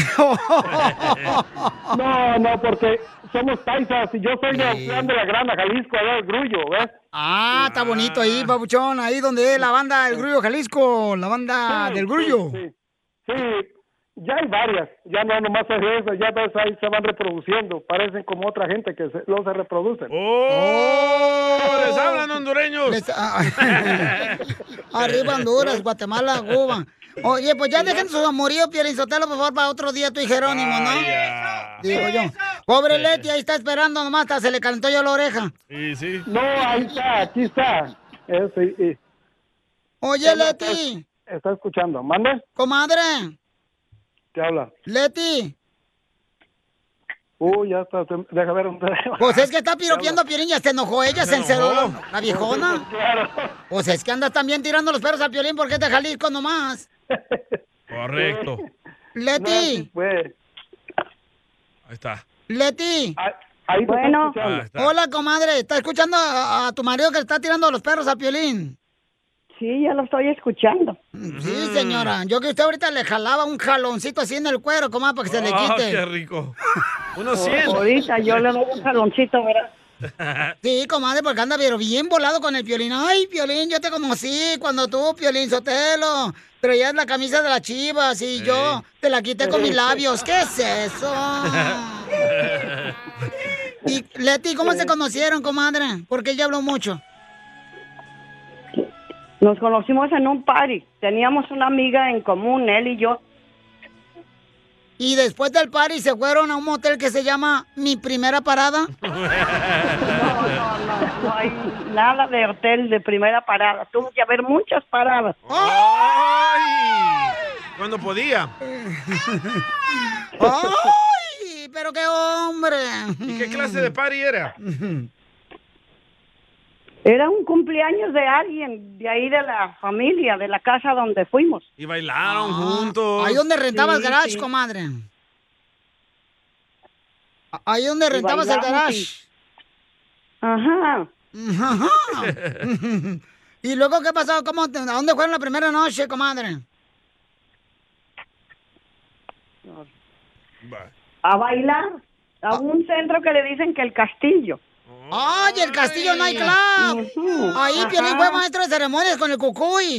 No, no, porque somos paisas y yo soy de Otlán de la Grana, Jalisco, allá del Grullo, ¿ves? Ah, está bonito ahí, papuchón, ahí donde es la banda del Grullo, Jalisco, la banda Sí, del Grullo. Sí, sí, sí, ya hay varias, ya no nomás es eso, ya todas ahí se van reproduciendo, parecen como otra gente que se, luego se reproducen. ¡Oh! ¡Les hablan hondureños! Les- ah, Arriba Honduras, Guatemala, Cuba. Oye, pues ya dejen su amorío, Piolín Sotelo, por favor, para otro día tú y Jerónimo, ¿no? Digo yo. Pobre Leti, ahí está esperando nomás, hasta se le calentó ya la oreja. Sí, sí. No, ahí está, aquí está. Es, y- y- Oye, Leti. Está escuchando, ¿mande? Comadre. ¿Qué habla? Leti. Uy, ya está, se- deja ver un Pues es que está piropeando a Piolín, ya se enojó ella, se encerró la, la viejona. Claro. Pues es que andas también tirando los perros al Piolín porque es de Jalisco nomás. Correcto. Leti. Ahí está. Leti. Ahí Bueno. Ah, está. Hola, comadre. ¿Está escuchando a, a tu marido que le está tirando los perros a Piolín? Sí, ya lo estoy escuchando. Sí, señora. Yo que usted ahorita le jalaba un jaloncito así en el cuero, comadre, para que se le Ah, quite. qué rico. Unos cien. Ahorita yo le doy un jaloncito, ¿verdad? Sí, comadre, porque anda pero bien volado con el Piolín. Ay, Piolín, yo te conocí cuando tú, Piolín Sotelo, traías la camisa de las Chivas y yo te la quité con mis labios. ¿Qué es eso? Y Leti, ¿cómo se conocieron, comadre? Porque ella habló mucho. Nos conocimos en un party. Teníamos una amiga en común, él y yo. Y después del party se fueron a un motel que se llama Mi Primera Parada. No, no, no, no hay nada de hotel de primera parada. Tuvo que haber muchas paradas. ¡Ay! Cuando podía. ¡Ay! ¡Pero qué hombre! ¿Y qué clase de party era? Era un cumpleaños de alguien de ahí de la familia, de la casa donde fuimos. Y bailaron juntos. Ahí donde rentabas Sí, garage, sí. comadre. Ahí donde Y rentabas el bailamos garage. Ajá. Ajá. ¿Y luego qué pasó? ¿Cómo te- ¿A dónde fueron la primera noche, comadre? A bailar a un centro que le dicen que el Castillo. ¡Ay, el Castillo Night Club! Ahí Ajá. Piolín fue maestro de ceremonias con el Cucuy.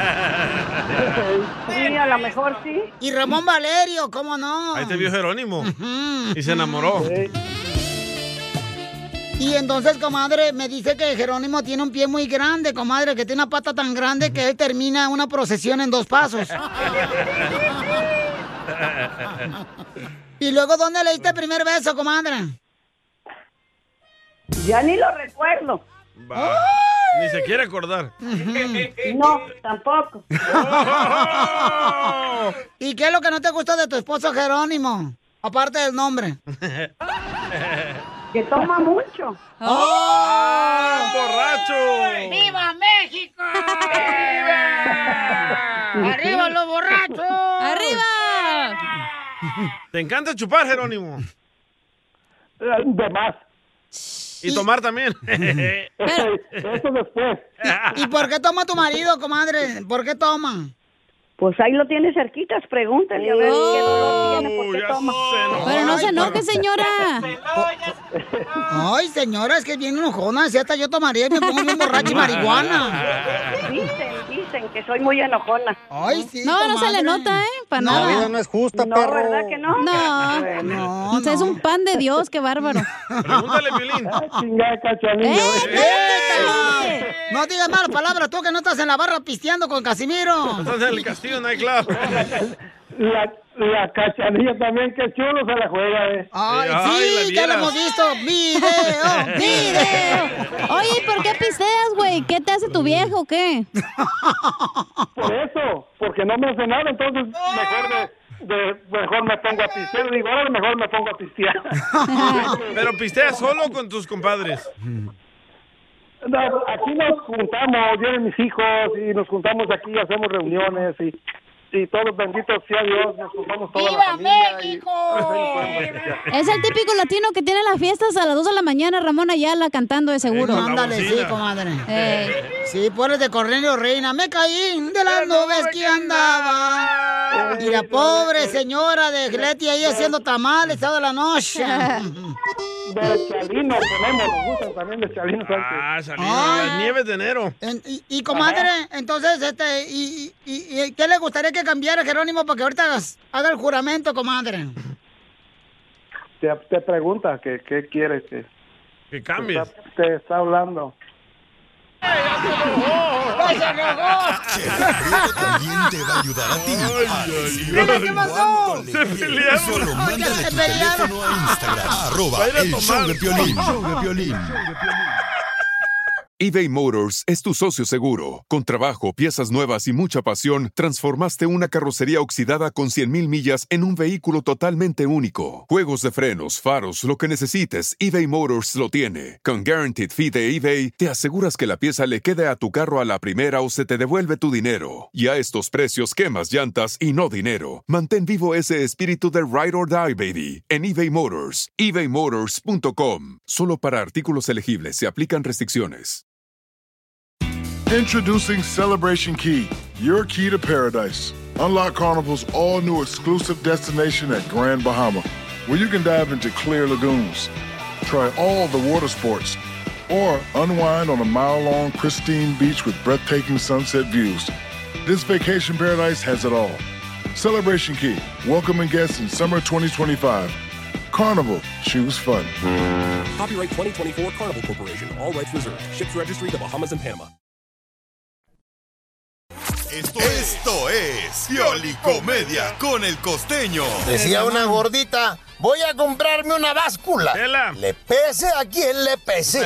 Sí, a lo mejor sí. Y Ramón Valerio, ¿cómo no? Ahí te vio Jerónimo. Y se enamoró. Y entonces, comadre, me dice que Jerónimo tiene un pie muy grande, comadre, que tiene una pata tan grande que él termina una procesión en dos pasos. ¿Y luego dónde le diste el primer beso, comadre? Ya ni lo recuerdo. Va. Ni se quiere acordar. No, tampoco. ¿Y qué es lo que no te gustó de tu esposo Jerónimo? Aparte del nombre. Que toma mucho. ¡Oh! ¡Borracho! ¡Viva México! ¡Viva! ¡Arriba los borrachos! ¡Arriba! ¿Te encanta chupar, Jerónimo? De más. Y tomar también. Eso después. ¿Y por qué toma tu marido, comadre? ¿Por qué toma? Pues ahí lo tiene cerquitas, pregúntale a ver qué dolor tiene, por qué toma. Pero no se enoje, señora. Ay, señora, es que es bien enojona. Si hasta yo tomaría y me pongo bien borracha y marihuana. Dicen, dicen que soy muy enojona. Ay, sí, No, no se comadre. le nota, ¿eh? Para No. nada. La vida no es justa, No, perro. ¿verdad que no? No. No, O sea, es un pan de Dios, qué bárbaro. Pregúntale, Piolín. Chingada cachanilla. ¡Eh! No digas malas palabras, tú que no estás en la barra pisteando con Casimiro. Estás en el Castillo Night Club. La, la cachanilla también, qué chulo se la juega, eh. Ay, Ay, la sí, ya lo vieras. hemos visto. ¡Video! ¡Video! Oye, ¿y por qué pisteas, güey? ¿Qué te hace tu viejo o qué? Por eso, porque no me hace nada, entonces mejor me, de, mejor me pongo a pistear. Digo, ahora mejor me pongo a pistear. ¿Pero pisteas solo o con tus compadres? No, aquí nos juntamos, vienen mis hijos y nos juntamos aquí, hacemos reuniones y, y todos, benditos sea Dios, nos juntamos toda la familia. México! Y... Es el típico latino que tiene las fiestas a las dos de la mañana, Ramón Ayala cantando de seguro. Eh, ándale, sí, comadre. Eh. Sí, ponles de Cornelio Reina. Me caí de las nubes que andaba. Y la pobre señora de Leti ahí haciendo tamales toda la noche. De Chalino tenemos, nos gustan también de Chalino. Ah, Chalino, ah, las nieves de enero. En, y, y comadre, ajá, entonces, este, y, y, y ¿qué le gustaría que cambiara, Jerónimo, para que ahorita hagas, haga el juramento, comadre? Te, te pregunta que qué quieres que... Que cambies. Te está, te está hablando. ¡Ay, se enojó! Chela Prieto también te va a ayudar a ti a decirle ¿qué pasó? Se pelearon. Solo mándale tu teléfono a Instagram, arroba el show de Piolín. Show de Piolín. eBay Motors es tu socio seguro. Con trabajo, piezas nuevas y mucha pasión, transformaste una carrocería oxidada con cien mil millas en un vehículo totalmente único. Juegos de frenos, faros, lo que necesites, eBay Motors lo tiene. Con Guaranteed Fee de eBay, te aseguras que la pieza le quede a tu carro a la primera o se te devuelve tu dinero. Y a estos precios, quemas llantas y no dinero. Mantén vivo ese espíritu de Ride or Die, baby, en eBay Motors. ebay motors punto com. Solo para artículos elegibles se aplican restricciones. Introducing Celebration Key, your key to paradise. Unlock Carnival's all-new exclusive destination at Grand Bahama, where you can dive into clear lagoons, try all the water sports, or unwind on a mile-long pristine beach with breathtaking sunset views. This vacation paradise has it all. Celebration Key, welcoming guests in summer twenty twenty-five. Carnival, choose fun. Copyright twenty twenty-four Carnival Corporation, all rights reserved. Ships registry, the Bahamas and Panama. Esto, esto es Piolicomedia con el Costeño. Decía una gordita, voy a comprarme una báscula. Chela. Le pese a quien le pese.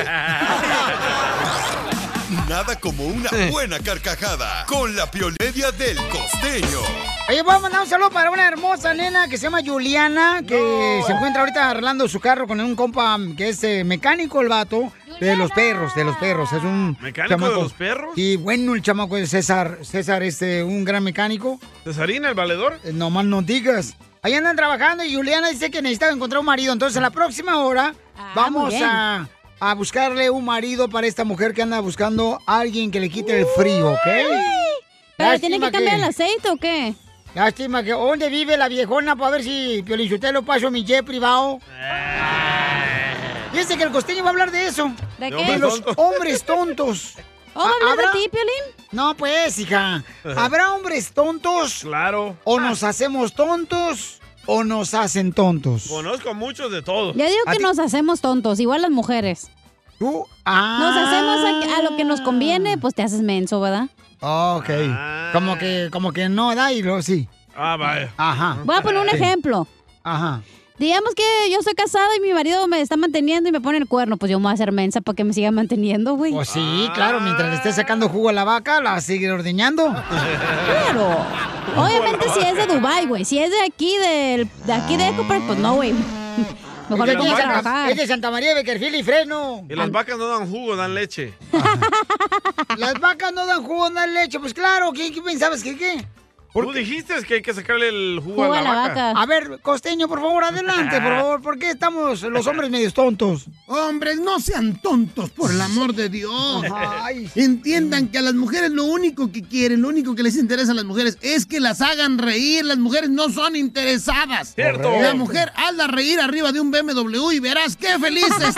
Nada como una buena carcajada con la Piolicomedia del Costeño. Oye, voy a mandar un saludo para una hermosa nena que se llama Juliana, que no. se encuentra ahorita arreglando su carro con un compa que es eh, mecánico, el vato. De los perros, de los perros. Es un ¿Mecánico chamaco. de los perros? Y bueno, el chamaco es César. César, este, un gran mecánico. ¿Cesarina, el valedor? Eh, no más no digas. Ahí andan trabajando y Juliana dice que necesitaba encontrar un marido. Entonces, en la próxima hora ah, vamos a, a buscarle un marido para esta mujer que anda buscando a alguien que le quite el frío, ¿ok? ¿Pero Lástima tiene que cambiar que... el aceite o qué? Lástima que... ¿Dónde vive la viejona para ver si Piolinsotelo paso mi jet privado? Fíjense que el Costeño va a hablar de eso. ¿De de qué? De los hombres tontos. ¿Oh, hablas de ti, Piolín? No, pues, hija. ¿Habrá hombres tontos? Claro. ¿O nos hacemos tontos o nos hacen tontos? Conozco muchos de todos. Yo digo que nos hacemos tontos, igual las mujeres. ¿Tú? Ah. Nos hacemos a, a lo que nos conviene, pues te haces menso, ¿verdad? Oh, ok. Ah. Como que, como que no da y luego sí. Ah, vaya. Ajá. Voy a poner un sí. ejemplo. Ajá. Digamos que yo estoy casada y mi marido me está manteniendo y me pone el cuerno, pues yo me voy a hacer mensa para que me siga manteniendo, güey. Pues sí, claro, mientras le esté sacando jugo a la vaca, la va a seguir ordeñando. Claro. Obviamente si es de Dubái, güey. Si es de aquí, de, de aquí de Ecopark, pues no, güey. Mejor es no de, trabajar. Es de Santa María de Beckerfield y Fresno. Y las vacas no dan jugo, dan leche. Las vacas no dan jugo, dan leche. Pues claro, ¿quién, quién pensabas que qué? Tú dijiste que hay que sacarle el jugo, jugo a, la, a la vaca. vaca. A ver, Costeño, por favor, adelante, por favor. ¿Por qué estamos los hombres medios tontos? Hombres, no sean tontos, por el amor de Dios. Ay. Entiendan que a las mujeres lo único que quieren, lo único que les interesa a las mujeres es que las hagan reír. Las mujeres no son interesadas. Cierto. La mujer, hazla reír arriba de un B M W y verás qué felices.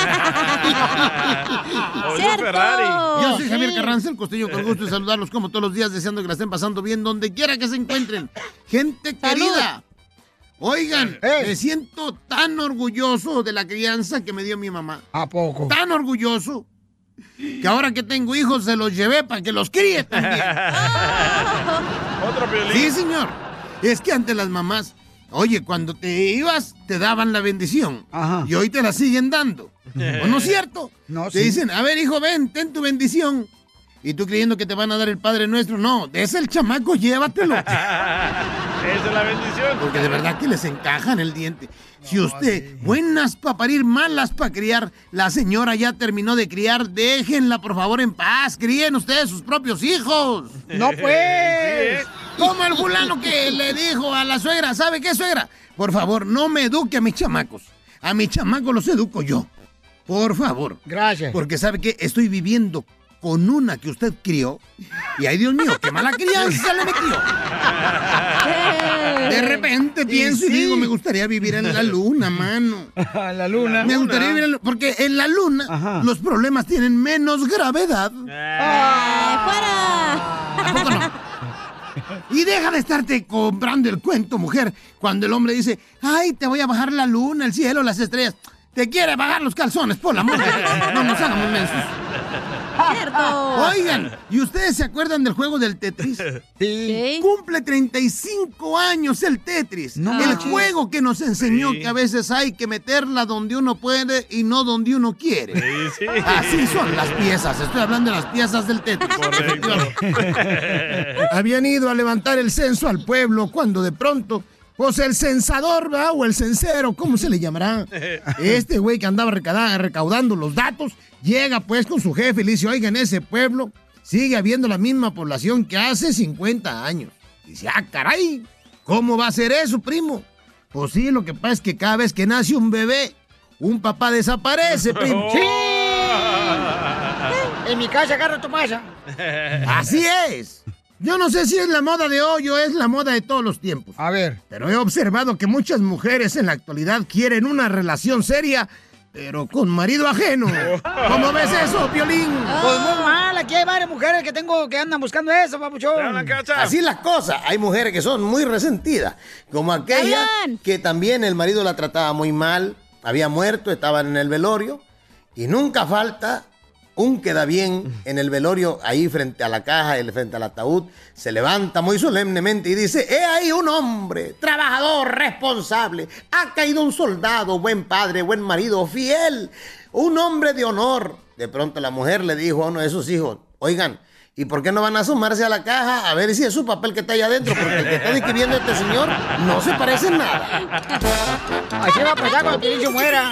Ferrari. Yo soy Javier Carranza, el Costeño, con gusto de saludarlos como todos los días, deseando que la estén pasando bien donde quiera que se encuentren. Gente querida, oigan, hey. me siento tan orgulloso de la crianza que me dio mi mamá. ¿A poco? Tan orgulloso que ahora que tengo hijos se los llevé para que los críe también. Otro Piolín. Sí, señor. Es que ante las mamás, oye, cuando te ibas te daban la bendición. Ajá. Y hoy te la siguen dando. ¿O no es cierto? No, te sí. dicen, a ver, hijo, ven, ten tu bendición. Y tú creyendo que te van a dar el Padre Nuestro. No, es el chamaco, llévatelo. Esa es la bendición. Porque de verdad que les encaja en el diente. Si usted, buenas para parir, malas para criar, la señora ya terminó de criar, déjenla por favor en paz. Críen ustedes sus propios hijos. No pues. Como el fulano que le dijo a la suegra, ¿sabe qué, suegra? Por favor, no me eduque a mis chamacos. A mis chamacos los educo yo. Por favor. Gracias. Porque ¿sabe qué? Estoy viviendo con una que usted crió. Y ay, Dios mío, qué mala crianza le metió. De repente pienso y, sí. y digo, me gustaría vivir en la luna, mano. La luna. Me gustaría vivir en la... Porque en la luna Ajá. los problemas tienen menos gravedad. ¡Ay, fuera! ¿A poco no? Y deja de estarte comprando el cuento, mujer, cuando el hombre dice, ay, te voy a bajar la luna, el cielo, las estrellas. Te quiere bajar los calzones, por la amor de Dios. No nos hagamos mensos. Cierto. Oigan, ¿y ustedes se acuerdan del juego del Tetris? Sí. Cumple treinta y cinco años el Tetris. No, el juego que nos enseñó sí. que a veces hay que meterla donde uno puede y no donde uno quiere. Sí, sí. Así son las piezas. Estoy hablando de las piezas del Tetris. Correcto. Habían ido a levantar el censo al pueblo cuando de pronto... Pues el censador, ¿verdad? O el censero, ¿cómo se le llamará? Este güey que andaba recaudando los datos, llega pues con su jefe y le dice, oiga, en ese pueblo sigue habiendo la misma población que hace cincuenta años. Dice, ah, caray, ¿cómo va a ser eso, primo? Pues sí, lo que pasa es que cada vez que nace un bebé, un papá desaparece, primo. ¡Sí! En mi casa agarra tu masa. Así es. Yo no sé si es la moda de hoy o es la moda de todos los tiempos. A ver. Pero he observado que muchas mujeres en la actualidad quieren una relación seria, pero con marido ajeno. ¿Cómo ves eso, Piolín? Pues muy mal. Aquí hay varias mujeres que tengo que andan buscando eso, papuchón. Así las cosas. Hay mujeres que son muy resentidas. Como aquella que también el marido la trataba muy mal. Había muerto, estaban en el velorio. Y nunca falta... un queda bien en el velorio, ahí frente a la caja, frente al ataúd, se levanta muy solemnemente y dice, he ahí un hombre, trabajador, responsable, ha caído un soldado, buen padre, buen marido, fiel, un hombre de honor. De pronto la mujer le dijo a uno de sus hijos, oigan, ¿y por qué no van a asomarse a la caja a ver si es su papel que está allá adentro? Porque el que está describiendo a este señor no se parece en nada. Así va a pasar cuando el se muera.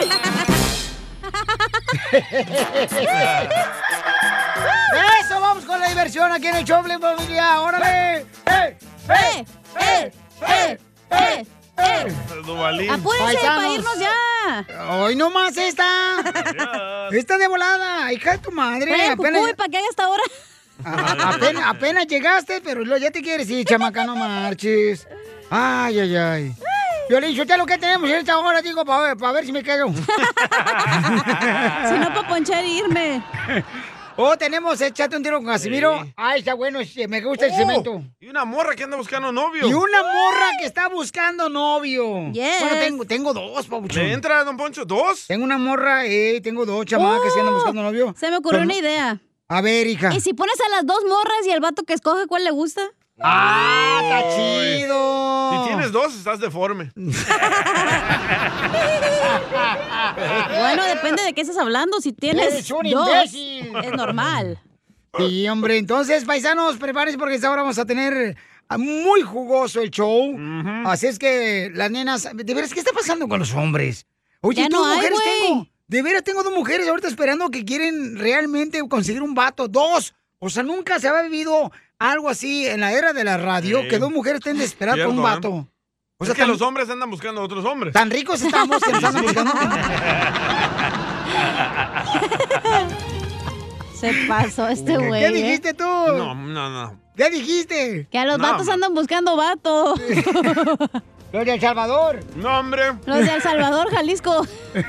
Eso, vamos con la diversión aquí en el Choplin, familia. ¡Órale! ¡Eh! ¡Eh! ¡Eh! ¡Eh! ¡Eh! ¡Eh! ¡Eh! ¡Apúrense para irnos ya! ¡Hoy nomás esta! ¡Esta de volada! ¡Hija de tu madre! Apenas... ¿Para qué hay hasta ahora? A, apenas, apenas llegaste, pero ya te quieres ir, chamaca, no marches. ¡Ay, ay, ay! Piolín, yo te lo que tenemos en esta hora, digo, para ver, pa ver si me quedo. Si no, para ponchar e irme. Oh, tenemos, échate un tiro con Casimiro. Sí. Ay, está bueno, me gusta el oh, cemento. Y una morra que anda buscando novio. Y una morra que está buscando novio. Yes. Bueno, tengo, tengo dos, papuchón. ¿Le entra, don Poncho, dos? Tengo una morra, eh, tengo dos chamacas oh, que andan buscando novio. Se me ocurrió Pero, una idea. A ver, hija. ¿Y si pones a las dos morras y el vato que escoge cuál le gusta? ¡Ah, está chido! Si tienes dos, estás deforme. Bueno, depende de qué estás hablando. Si tienes Eres un dos, imbécil. Es normal. Sí, hombre. Entonces, paisanos, prepárense porque ahora vamos a tener muy jugoso el show. Uh-huh. Así es que las nenas... ¿De veras qué está pasando con los hombres? Oye, ya ¿tú no hay, mujeres güey? tengo? De veras tengo dos mujeres ahorita esperando que quieren realmente conseguir un vato. Dos. O sea, nunca se había vivido algo así en la era de la radio, sí. Que dos mujeres estén desesperadas por un vato. ¿Eh? O sea, es que tan, los hombres andan buscando a otros hombres. Tan ricos estamos que nos andan buscando. Se pasó este güey. ¿Qué dijiste ¿eh? tú? No, no, no. ¿Qué dijiste? Que a los no, vatos no. andan buscando vato. Los de El Salvador. No, hombre. Los de El Salvador, Jalisco.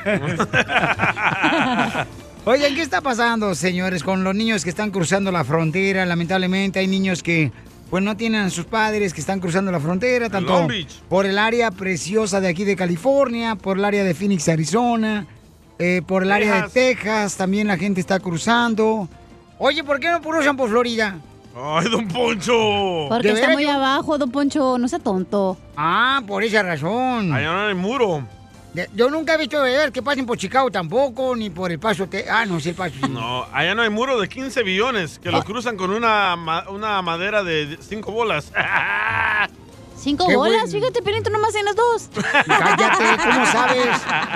Oigan, ¿qué está pasando, señores, con los niños que están cruzando la frontera? Lamentablemente hay niños que pues no tienen a sus padres que están cruzando la frontera, tanto por el área preciosa de aquí de California, por el área de Phoenix, Arizona, eh, por el Texas. área de Texas, también la gente está cruzando. Oye, ¿por qué no cruzan por Florida? ¡Ay, don Poncho! Porque está muy yo... abajo, don Poncho, no sea tonto. Ah, por esa razón. Allá no hay muro. De- Yo nunca he visto beber que pasen por Chicago tampoco, ni por el Paso Te... Ah, no, sí, el Paso. Sí. No, allá no hay muro de quince billones que lo cruzan con una, ma- una madera de cinco bolas. ¿Cinco Qué bolas? buen- Fíjate, Piolín, tú nomás tienes dos. Cállate, ¿cómo sabes?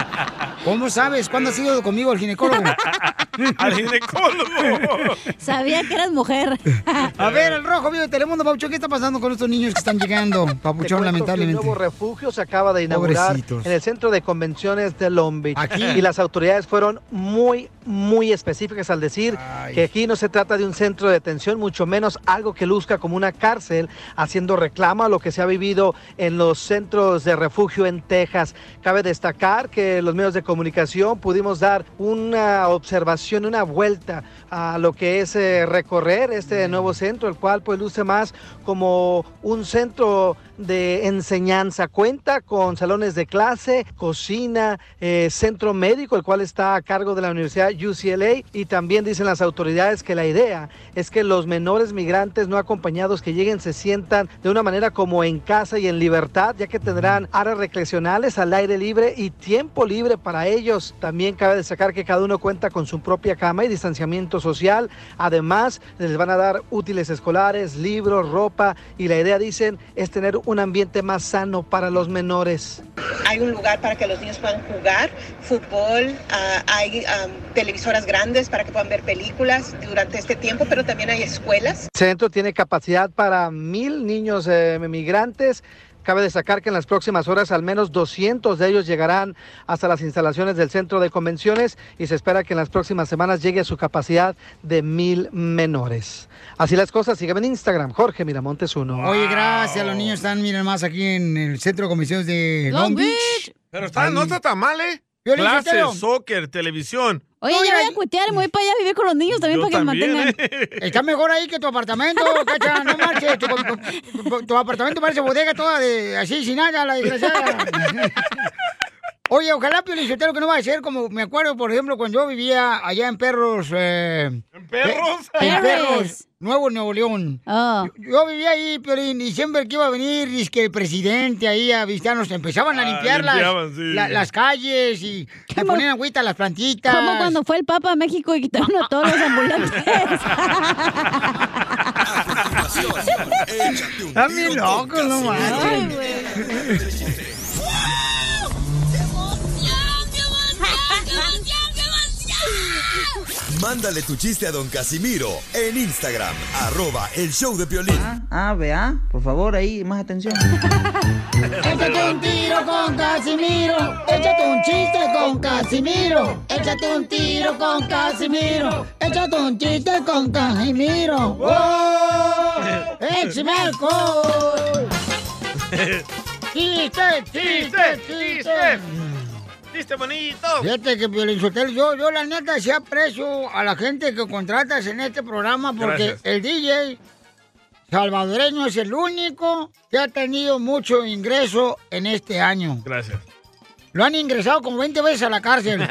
¿Cómo sabes? ¿Cuándo has ido conmigo al ginecólogo? ¡Al ginecólogo! Sabía que eras mujer. A ver, el Rojo Vivo de Telemundo, Papuchón, ¿qué está pasando con estos niños que están llegando? Te Papuchón, cuento lamentablemente. que un nuevo refugio se acaba de inaugurar Pobrecitos. en el centro de convenciones de Long Beach. Aquí. Y las autoridades fueron muy, muy específicas al decir Ay. que aquí no se trata de un centro de detención, mucho menos algo que luzca como una cárcel, haciendo reclamo a lo que se ha vivido en los centros de refugio en Texas. Cabe destacar que los medios de comunicación pudimos dar una observación, una vuelta a lo que es eh, recorrer este nuevo centro, el cual pues luce más como un centro de enseñanza. Cuenta con salones de clase, cocina, eh, centro médico, el cual está a cargo de la Universidad U C L A, y también dicen las autoridades que la idea es que los menores migrantes no acompañados que lleguen se sientan de una manera como en casa y en libertad, ya que tendrán áreas recreacionales al aire libre y tiempo libre para ellos. También cabe destacar que cada uno cuenta con su propia cama y distanciamiento social. Además, les van a dar útiles escolares, libros, ropa, y la idea, dicen, es tener un ambiente más sano para los menores. Hay un lugar para que los niños puedan jugar fútbol, uh, hay um, televisoras grandes para que puedan ver películas durante este tiempo, pero también hay escuelas. El centro tiene capacidad para mil niños eh, migrantes. Cabe destacar que en las próximas horas al menos doscientos de ellos llegarán hasta las instalaciones del centro de convenciones y se espera que en las próximas semanas llegue a su capacidad de mil menores. Así las cosas, sígueme en Instagram, Jorge Miramontes uno. Oye, gracias. Los niños están, miren más, aquí en el centro de convenciones de Long Beach. Pero está, no está tan mal, ¿eh? Piolín, Clases, Sotelo. soccer, televisión. Oye, ya voy a cuitear y me voy para allá a vivir con los niños también Yo para que me también, mantengan. ¿eh? Está mejor ahí que tu apartamento, cacha, no marches. Tu, tu- tu apartamento parece bodega toda de así, sin nada, la desgraciada. Oye, ojalá, Piolín Sotelo, que no va a ser como, me acuerdo, por ejemplo, cuando yo vivía allá en Perros. Eh, ¿En Perros? En Perros. Perros, Nuevo Nuevo León. Oh. Yo, yo vivía ahí, Piolín, y siempre que iba a venir, es que el presidente ahí a visitarnos, empezaban a Ah, limpiar las, limpiaban, sí. la- las calles y le ¿Cómo? ponían agüita a las plantitas. Como cuando fue el Papa a México y quitaron a todos los ambulantes. Échate un Están bien tiro con locos, no Casimiro. manches. Mándale tu chiste a don Casimiro en Instagram, arroba el show de Piolín. Ah, vea, por favor, ahí, más atención. Échate un tiro con Casimiro. Échate un chiste con Casimiro. Échate un tiro con Casimiro. Échate un chiste con Casimiro. ¡Wow! ¡Échame alcohol! ¡Chiste, chiste, chiste! ¡Chiste bonito! Fíjate que, Piolín Sotelo, yo, yo la neta sí aprecio a la gente que contratas en este programa porque Gracias. el D J salvadoreño es el único que ha tenido mucho ingreso en este año. Gracias. Lo han ingresado como veinte veces a la cárcel.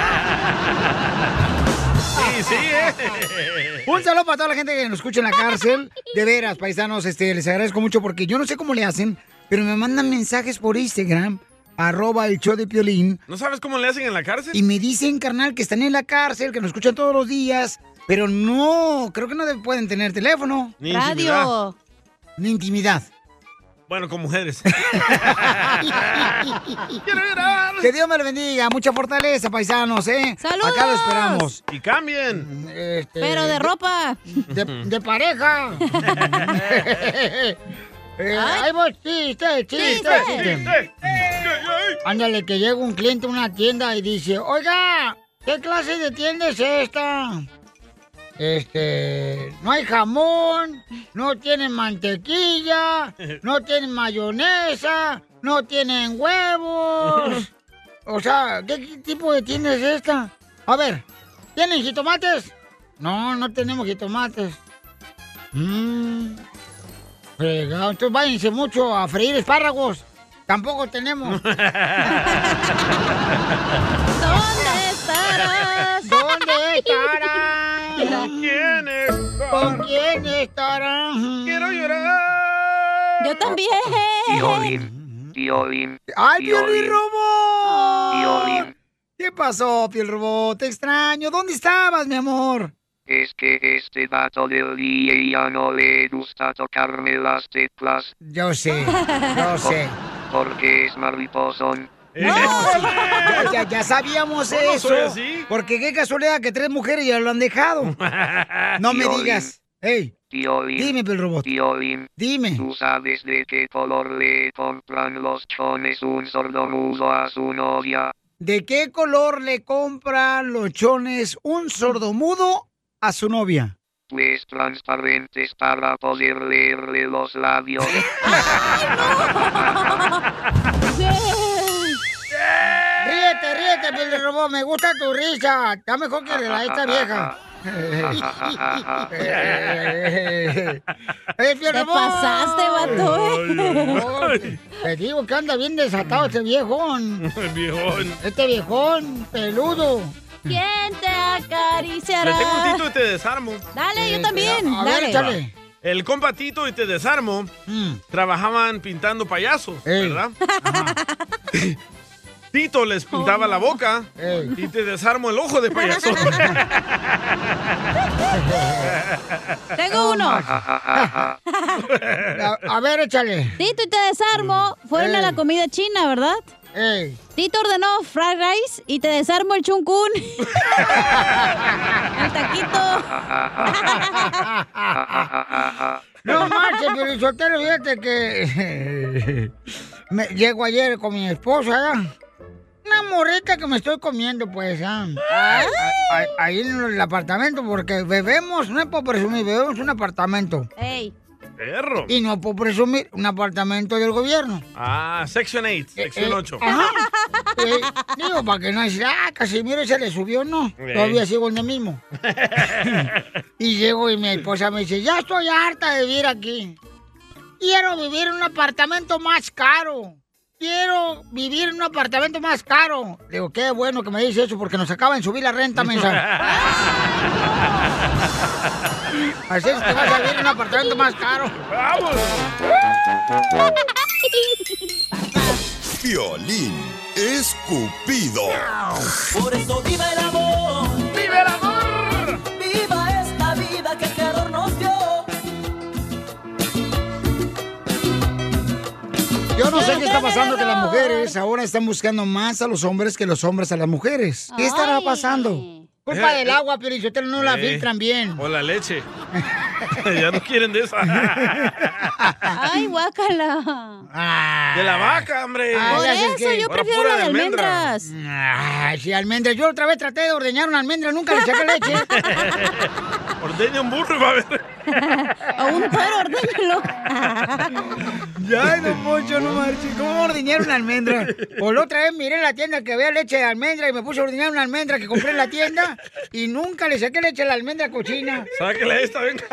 Sí, sí, ¿eh? Un saludo para toda la gente que nos escucha en la cárcel. De veras, paisanos, este, les agradezco mucho porque yo no sé cómo le hacen, pero me mandan mensajes por Instagram, arroba el show de Piolín, ¿No sabes cómo le hacen en la cárcel? y me dicen, carnal, que están en la cárcel, que nos escuchan todos los días, pero no, creo que no de- pueden tener teléfono, Ni intimidad. Radio. ni intimidad. Bueno, con mujeres. Que Dios me lo bendiga, mucha fortaleza, paisanos, ¿eh? ¡Saludos! Acá lo esperamos. Y cambien. Este, Pero de ropa. De, de pareja. Eh, ahí voy, chiste, chiste, chiste. Ándale, que llega un cliente a una tienda y dice, oiga, ¿qué clase de tienda es esta? Este, no hay jamón, no tienen mantequilla, no tienen mayonesa, no tienen huevos. O sea, ¿qué, qué tipo de tienda es esta? A ver, ¿tienen jitomates? No, no tenemos jitomates. Mmm, fregado, entonces váyanse mucho a freír espárragos. Tampoco tenemos. ¿Dónde estarás? ¿Dónde estarán? ¿Con quién estarán? ¿Con quién estarán? Quiero llorar. Yo también. Tío Bim, tío Bim. ¡Ay, tío Piolín Bim. Robo! Piolín. ¿Qué pasó, Piel Robot? Te extraño. ¿Dónde estabas, mi amor? Es que este vato del D J ya no le gusta tocarme las teclas. Yo sé, yo sé. Porque es mariposón. No, ya, ya, ya sabíamos ¿Cómo eso. soy así? Porque qué casualidad que tres mujeres ya lo han dejado. No me Piolín. digas. Hey, Piolín, dime, Piel Robot. Piolín, dime. ¿Tú sabes de qué color le compran los chones un sordomudo a su novia? ¿De qué color le compran los chones un sordomudo a su novia? Pues transparentes para poder leerle los labios. Ríete, ríete, Piel Robot. Me gusta tu risa. Está mejor que la de esta vieja. Eh, Piel Te Robot. pasaste, vato, eh. Te digo que anda bien desatado este viejón. Viejón. Este viejón peludo. ¿Quién te acariciará? Le tengo un Tito y te desarmo. Dale, yo también. A ver, Dale. échale. El compa Tito y te desarmo trabajaban pintando payasos, ¿verdad? Tito les pintaba la boca y te desarmo el ojo de payaso. Tengo uno. A, a ver, échale. Tito y te desarmo fueron a la comida china, ¿verdad? Ey. Tito ordenó fried rice y te desarmo el chuncún. El taquito. No marches, pero soltero, fíjate que me, llego ayer con mi esposa, ¿ya? Una morrita que me estoy comiendo, pues, ¿ya? Ahí, ahí, ahí en el apartamento, porque bebemos, no es por presumir, bebemos un apartamento. Ey. Perro. Y no por presumir, un apartamento del gobierno. Ah, Section ocho, Sección eh, ocho. Ajá. Eh, digo, para que no decir, ah, Casimiro se le subió, no. Ey. Todavía sigo en el mismo. Y llego y mi esposa me dice, ya estoy harta de vivir aquí. Quiero vivir en un apartamento más caro. Quiero vivir en un apartamento más caro. Digo, qué bueno que me dice eso porque nos acaban de subir la renta, mensa. Así es que vas a vivir en un apartamento más caro. ¡Vamos! Piolín Escupido. Por eso viva el amor. ¡Viva el amor! Viva esta vida que el Creador nos dio. Yo no sé qué está pasando, que las mujeres ahora están buscando más a los hombres que los hombres a las mujeres. ¿Qué estará pasando? Culpa Eh, del agua, Piolichotelo, no la Eh, filtran bien. O la leche. Ya no quieren de esa. Ay, guácala. De la vaca, hombre. Ay, Por ya sé eso que- yo Ahora prefiero pura la de de almendra. almendras. Ay, sí, almendras. Yo otra vez traté de ordeñar una almendra, nunca le saqué leche. Ordeña un burro y va a ver. O un toro, ordénelo. Ya, don Poncho, no marches. ¿Cómo ordeñar una almendra? Pues la otra vez miré en la tienda que había leche de almendra y me puse a ordeñar una almendra que compré en la tienda y nunca le saqué leche a la almendra cochina. Sáquela esta, venga.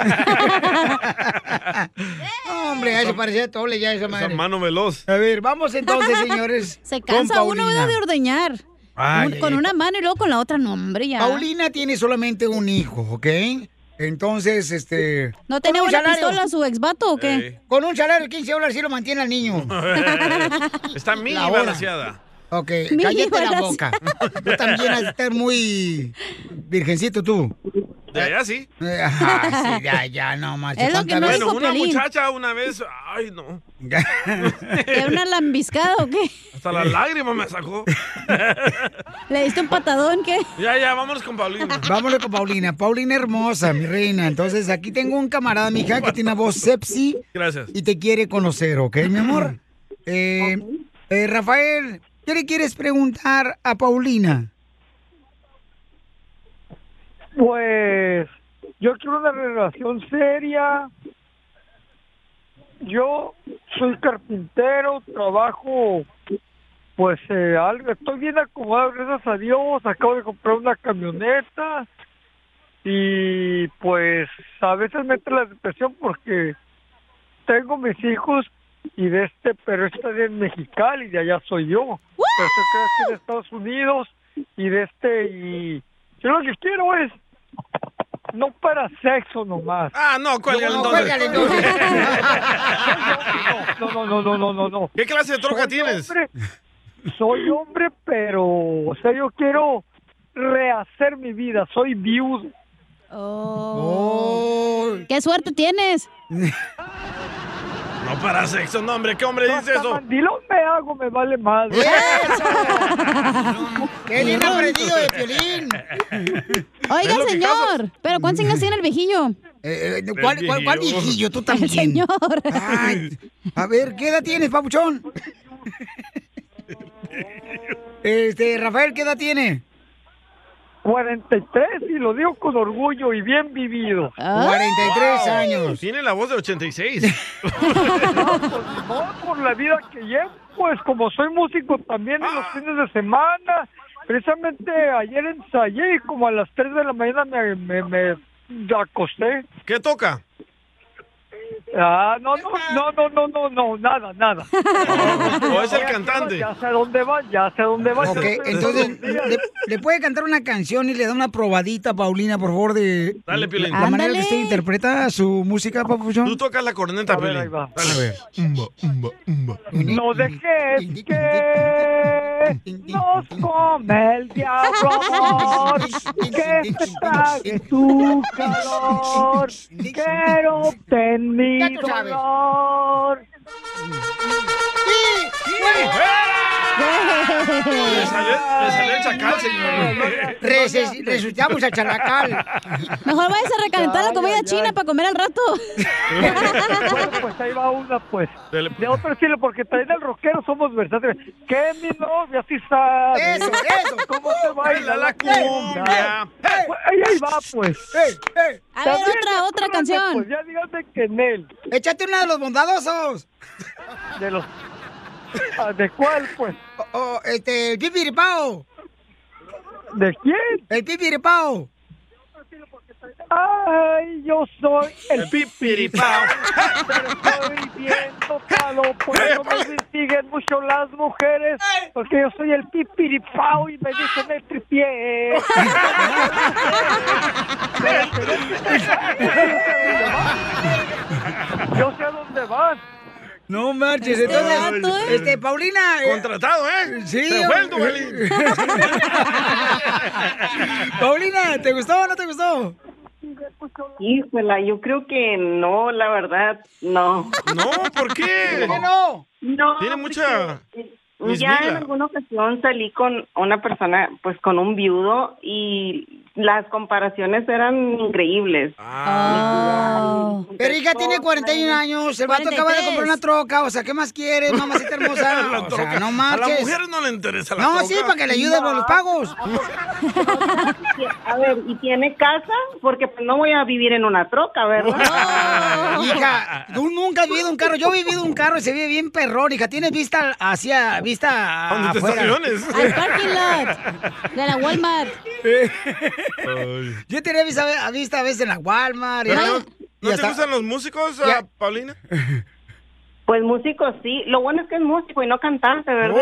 No, hombre, ya se parecía a Tole ya esa Esa madre. mano veloz. A ver, vamos entonces, señores. Se con cansa uno, Paulina. ¿verdad? De ordeñar. Ay, Un- ay, con ay. una mano y luego con la otra, no, hombre, ya. Paulina tiene solamente un hijo, ¿ok? Entonces, este... ¿No tenía con un una salario- pistola su exvato o qué? Ey. Con un salario de quince dólares sí lo mantiene al niño. Está mini La hora. balanceada. Ok, Mini cállate la balanceada. boca. Tú también has de estar muy virgencito tú. De allá sí. Eh, Ajá, sí, ya, ya, no más. Es lo que no Bueno, dijo una Piolín. muchacha una vez, ay no, ¿Era una lambiscada o qué? hasta las lágrimas me sacó. ¿Le diste un patadón qué? Ya, ya, vámonos con Paulina. Vámonos con Paulina. Paulina hermosa, mi reina. Entonces, aquí tengo un camarada, mija, que tiene una voz sexy Gracias. y te quiere conocer, ¿ok, mi amor? Eh, eh, Rafael, ¿qué le quieres preguntar a Paulina? Pues yo quiero una relación seria. Yo soy carpintero, trabajo, pues eh, algo, estoy bien acomodado, gracias a Dios. Acabo de comprar una camioneta y pues a veces me entra la depresión porque tengo mis hijos y de este, pero este es en Mexicali y de allá soy yo. Pero estoy aquí en Estados Unidos y de este y yo lo que quiero es no para sexo nomás. Ah, no, cuélgale No, entonces. cuélgale entonces. No, no, no, no, no, no, no. ¿Qué clase de troca Soy tienes? hombre. soy hombre, pero, o sea, yo quiero rehacer mi vida. Soy viudo. Oh. ¡Qué suerte tienes! No para sexo, no, hombre. ¿Qué hombre dice eso? Mandilón me hago, me vale madre. ¡Qué bien aprendido de Piolín! Oiga, señor, ¿pero cuántos años tiene el viejillo? Eh, eh, ¿cuál, cuál, ¿Cuál viejillo? Tú también. El señor. Ay, a ver, ¿qué edad tienes, papuchón? Este, Rafael, ¿qué edad tiene? cuarenta y tres, y lo digo con orgullo y bien vivido. cuarenta y tres Wow. años. Tiene la voz de ochenta y seis. No, pues no, por la vida que llevo, pues como soy músico también en los fines de semana. Precisamente ayer ensayé y como a las tres de la mañana me, me, me acosté. ¿Qué toca? Ah, no, no, no, no, no, no, no, nada, nada. ¿O es el cantante? Ya sé a dónde va, ya sé a dónde va. Ok, entonces, ¿le, le puede cantar una canción y le da una probadita, Paulina, por favor, de Dale, Piolín. la manera Ándale. que usted interpreta su música, papuchón? Tú tocas la corneta, A ver, Piolín. ahí va. Dale, a ver. No dejes que nos come el diablo, amor, que se trague tu calor, quiero obtener mi Ya tú sabes. dolor. Le salió, le salió el chacal, señor. Reses- Resucitamos al chalacal. Mejor vayas a recalentar la Ay, comida ay, china ay. para comer al rato. Bueno, pues ahí va una, pues. Dele. De otro estilo, porque también el rockero somos versátiles. Que mi novia sí sabe. Eso, eso. ¿Cómo se baila la cumbia? Hey, Pues, ahí, ahí va, pues. hey, hey. A ver, También, otra, otra díganme, canción. Pues ya díganme que en él. Échate una de los bondadosos. De los... Ah, ¿de cuál, pues? O, o, este, el pipiripao. ¿De quién? El pipiripao. Ay, yo soy el, El pipiripao. pero estoy bien tocado, por eso me distinguen mucho las mujeres, porque yo soy el pipiripao y me dicen el tripié. Yo sé a dónde vas. No marches, Este entonces, vato, ¿eh? este, Paulina. eh, Contratado, ¿eh? Sí, Se fue el hombre. Duvalín. Paulina, ¿te gustó o no te gustó? Híjola, yo creo que no, la verdad, no. No, ¿por qué? ¿Por qué no? No. Tiene mucha... porque Ya en alguna ocasión salí con una persona, pues con un viudo, y las comparaciones eran increíbles. Oh. Pero hija tiene cuarenta y un años, el vato acaba de comprar una troca, o sea, ¿qué más quieres, mamacita hermosa? La O troca. sea, no A marches. la mujer no le interesa la No, troca. sí, para que le ayude con los pagos. A ver, ¿y tiene casa? Porque pues no voy a vivir en una troca, ¿verdad? Hija, tú nunca has vivido un carro. Yo he vivido un carro y se vive bien perrón, hija. Tienes vista hacia, vista ¿Dónde te afuera. estaciones? Al parking lot de la Walmart. Ay. Yo tenía vista, vista a veces en la Walmart. y- Pero no, y ¿no te hasta- gustan los músicos, Ya. ah, Paulina? Pues músico sí. Lo bueno es que es músico y no cantante, ¿verdad?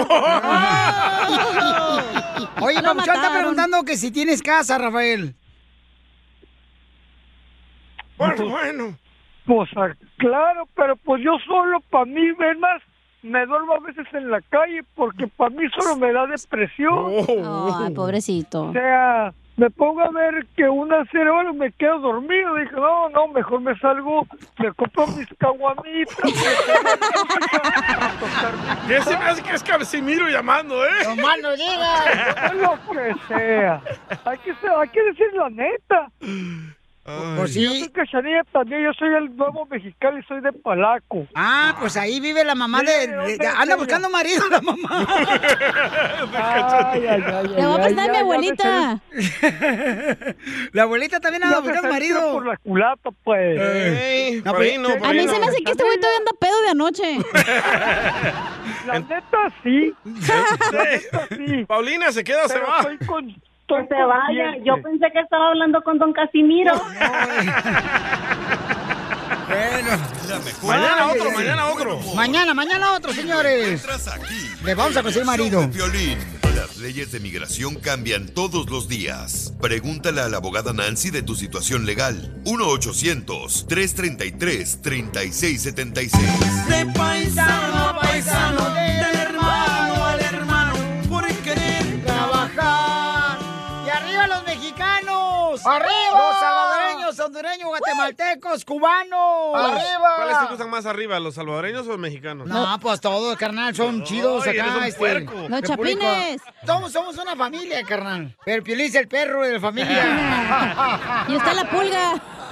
Oye, Lo Papuchón está mataron. preguntando que si tienes casa, Rafael. Bueno, bueno. Pues ah, claro, pero pues yo solo, para mí, ven más, me duermo a veces en la calle porque para mí solo me da depresión. Oh. Ay, pobrecito. O sea, me pongo a ver que una serie hora me quedo dormido. Dije, no, no, mejor me salgo, me compro mis caguamitas. me pongo a tocar mi ¿Qué se me hace que es Casimiro llamando, eh? No más no digas. lo que sea. Hay que, ser- hay que decir la neta. Pues Yo sí. soy Cachanilla también, yo soy el nuevo Mexicali, soy de Palaco. Ah, pues ahí vive la mamá de, de- de- anda buscando marido la mamá. Ay, ay, ay, Le voy a ay, prestar a ay, mi ya abuelita. La abuelita también anda Ya me buscando salió marido. por la culata, pues. Ey, No, por ahí pues, no, por A ahí mí no. se me hace que este güey todavía anda pedo de anoche. La neta sí. La neta sí. Paulina, ¿se queda o se Pero va? estoy con, estoy Que se vaya. consciente. Yo pensé que estaba hablando con don Casimiro. Bueno, La mejor. Mañana Ay, otro, ay, mañana otro. mañana, mañana otro, señores. Entras aquí. Le vamos a conseguir marido. Show de Piolín. Las leyes de migración cambian todos los días. Pregúntale a la abogada Nancy de tu situación legal. uno ochocientos, tres treinta y tres, treinta y seis setenta y seis. De paisano a paisano, del hermano al hermano, mexicanos! ¡Arriba! ¡Los salvadoreños, hondureños, guatemaltecos, cubanos! ¡Arriba! ¿Cuáles te gustan más arriba, los salvadoreños o los mexicanos? No, pues todos, carnal, son chidos Ay, acá. eres un este, puerco. Los República. chapines. Somos, somos una familia, carnal. Pero Piolín es el perro de la familia. Y usted la pulga.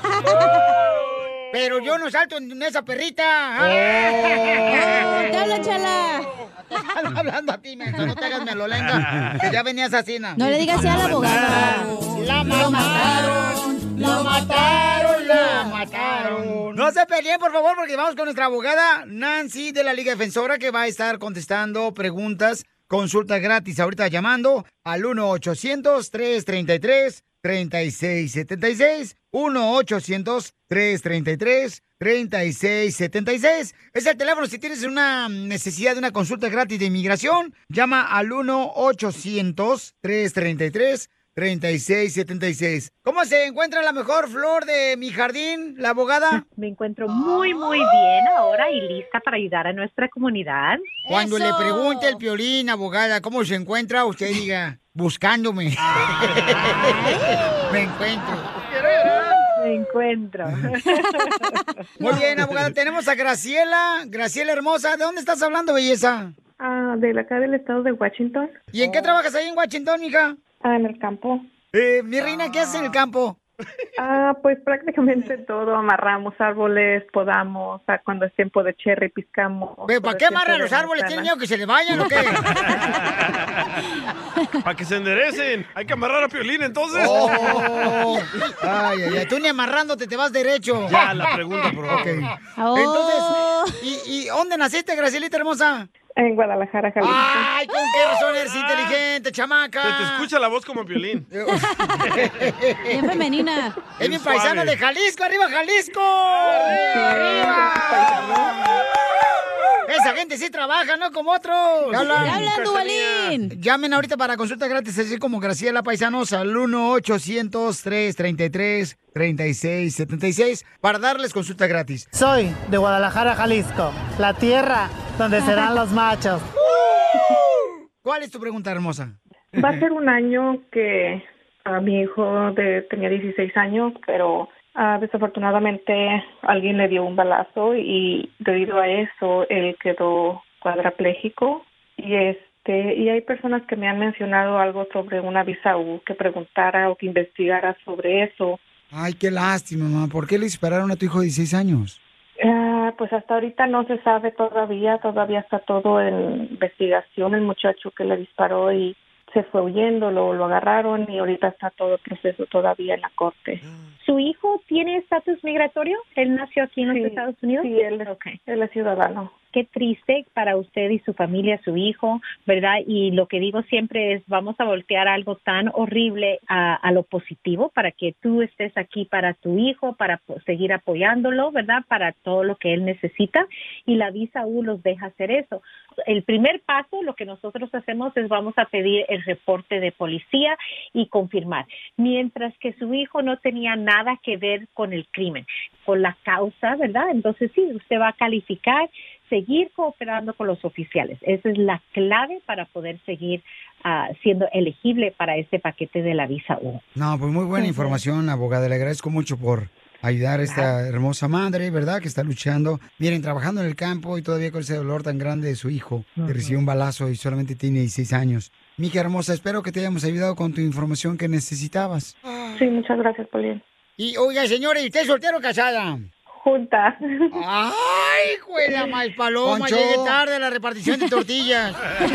Pero yo no salto en esa perrita. Oh, te habla, chala. Están hablando a ti, menso, no te hagas melolenga, que ya venías así, ¿no? No le digas así a la abogada. La mataron, la mataron, la mataron. No se peleen, por favor, porque vamos con nuestra abogada Nancy de la Liga Defensora, que va a estar contestando preguntas, consulta gratis ahorita llamando al uno ochocientos, tres treinta y tres, treinta y seis setenta y seis, uno ochocientos, tres treinta y tres, treinta y seis setenta y seis. Es el teléfono si tienes una necesidad de una consulta gratis de inmigración. Llama al uno ochocientos, tres treinta y tres, treinta y seis setenta y seis. ¿Cómo se encuentra la mejor flor de mi jardín, la abogada? Me encuentro muy, muy bien ahora y lista para ayudar a nuestra comunidad. Cuando ¡Eso! le pregunte el Piolín, abogada, cómo se encuentra, usted diga, buscándome. Me encuentro. Me encuentro. Muy bien, abogada. Tenemos a Graciela. Graciela hermosa. ¿De dónde estás hablando, belleza? Ah, de acá del estado de Washington. ¿Y en qué trabajas ahí en Washington, mija? Ah, en el campo. Eh, mi reina, ¿qué haces en el campo? Ah, pues prácticamente todo. Amarramos árboles, podamos. Ah, cuando es tiempo de cherry, piscamos. ¿Pero para qué amarran los árboles? ¿Tienen miedo que se les vayan o qué? Para que se enderecen. Hay que amarrar a Piolín, entonces. Oh. Ay, ay, ay. Tú ni amarrándote te vas derecho. Ya, la pregunta, por favor. Ok. Oh. Entonces, ¿y, ¿y dónde naciste, Gracielita hermosa? En Guadalajara, Jalisco. Ay, ¿con qué razón eres inteligente, chamaca? Se te escucha la voz como Piolín. Bien femenina. Es mi paisana de Jalisco. ¡Arriba, Jalisco! ¡Arriba! Esa gente sí trabaja, ¿no? Como otros. ¿Qué hablan, Duvalín? Llamen ahorita para consulta gratis, así como Graciela Paisanos, al uno ochocientos, tres treinta y tres, treinta y seis setenta y seis para darles consulta gratis. Soy de Guadalajara, Jalisco, la tierra donde serán los machos. ¿Cuál es tu pregunta, hermosa? Va a ser un año que a mi hijo de, tenía dieciséis años, pero ah, desafortunadamente alguien le dio un balazo y debido a eso él quedó cuadrapléjico. Y este y hay personas que me han mencionado algo sobre una visa U, que preguntara o que investigara sobre eso. Ay, qué lástima, mamá. ¿Por qué le dispararon a tu hijo de dieciséis años? Ah, pues hasta ahorita no se sabe todavía, todavía está todo en investigación. El muchacho que le disparó y se fue huyendo, lo, lo agarraron y ahorita está todo el proceso todavía en la corte. ¿Su hijo tiene estatus migratorio? ¿Él nació aquí en los Sí, Estados Unidos? Sí, él es, okay. él es ciudadano. Qué triste para usted y su familia, su hijo, ¿verdad? Y lo que digo siempre es, vamos a voltear algo tan horrible a, a lo positivo para que tú estés aquí para tu hijo, para seguir apoyándolo, ¿verdad? Para todo lo que él necesita. Y la visa U los deja hacer eso. El primer paso, lo que nosotros hacemos es vamos a pedir el reporte de policía y confirmar. Mientras que su hijo no tenía nada que ver con el crimen, con la causa, ¿verdad? Entonces sí, usted va a calificar, seguir cooperando con los oficiales. Esa es la clave para poder seguir uh, siendo elegible para este paquete de la visa U. No, pues muy buena información, abogada. Le agradezco mucho por ayudar a esta hermosa madre, ¿verdad? Que está luchando. Miren, trabajando en el campo y todavía con ese dolor tan grande de su hijo, que recibió un balazo y solamente tiene dieciséis años. Mija hermosa, espero que te hayamos ayudado con tu información que necesitabas. Sí, muchas gracias, Polién. Y, oiga, señora, ¿y usted es soltero o casada? Juntas. ¡Ay, juela más paloma! Poncho. Llegué tarde a la repartición de tortillas.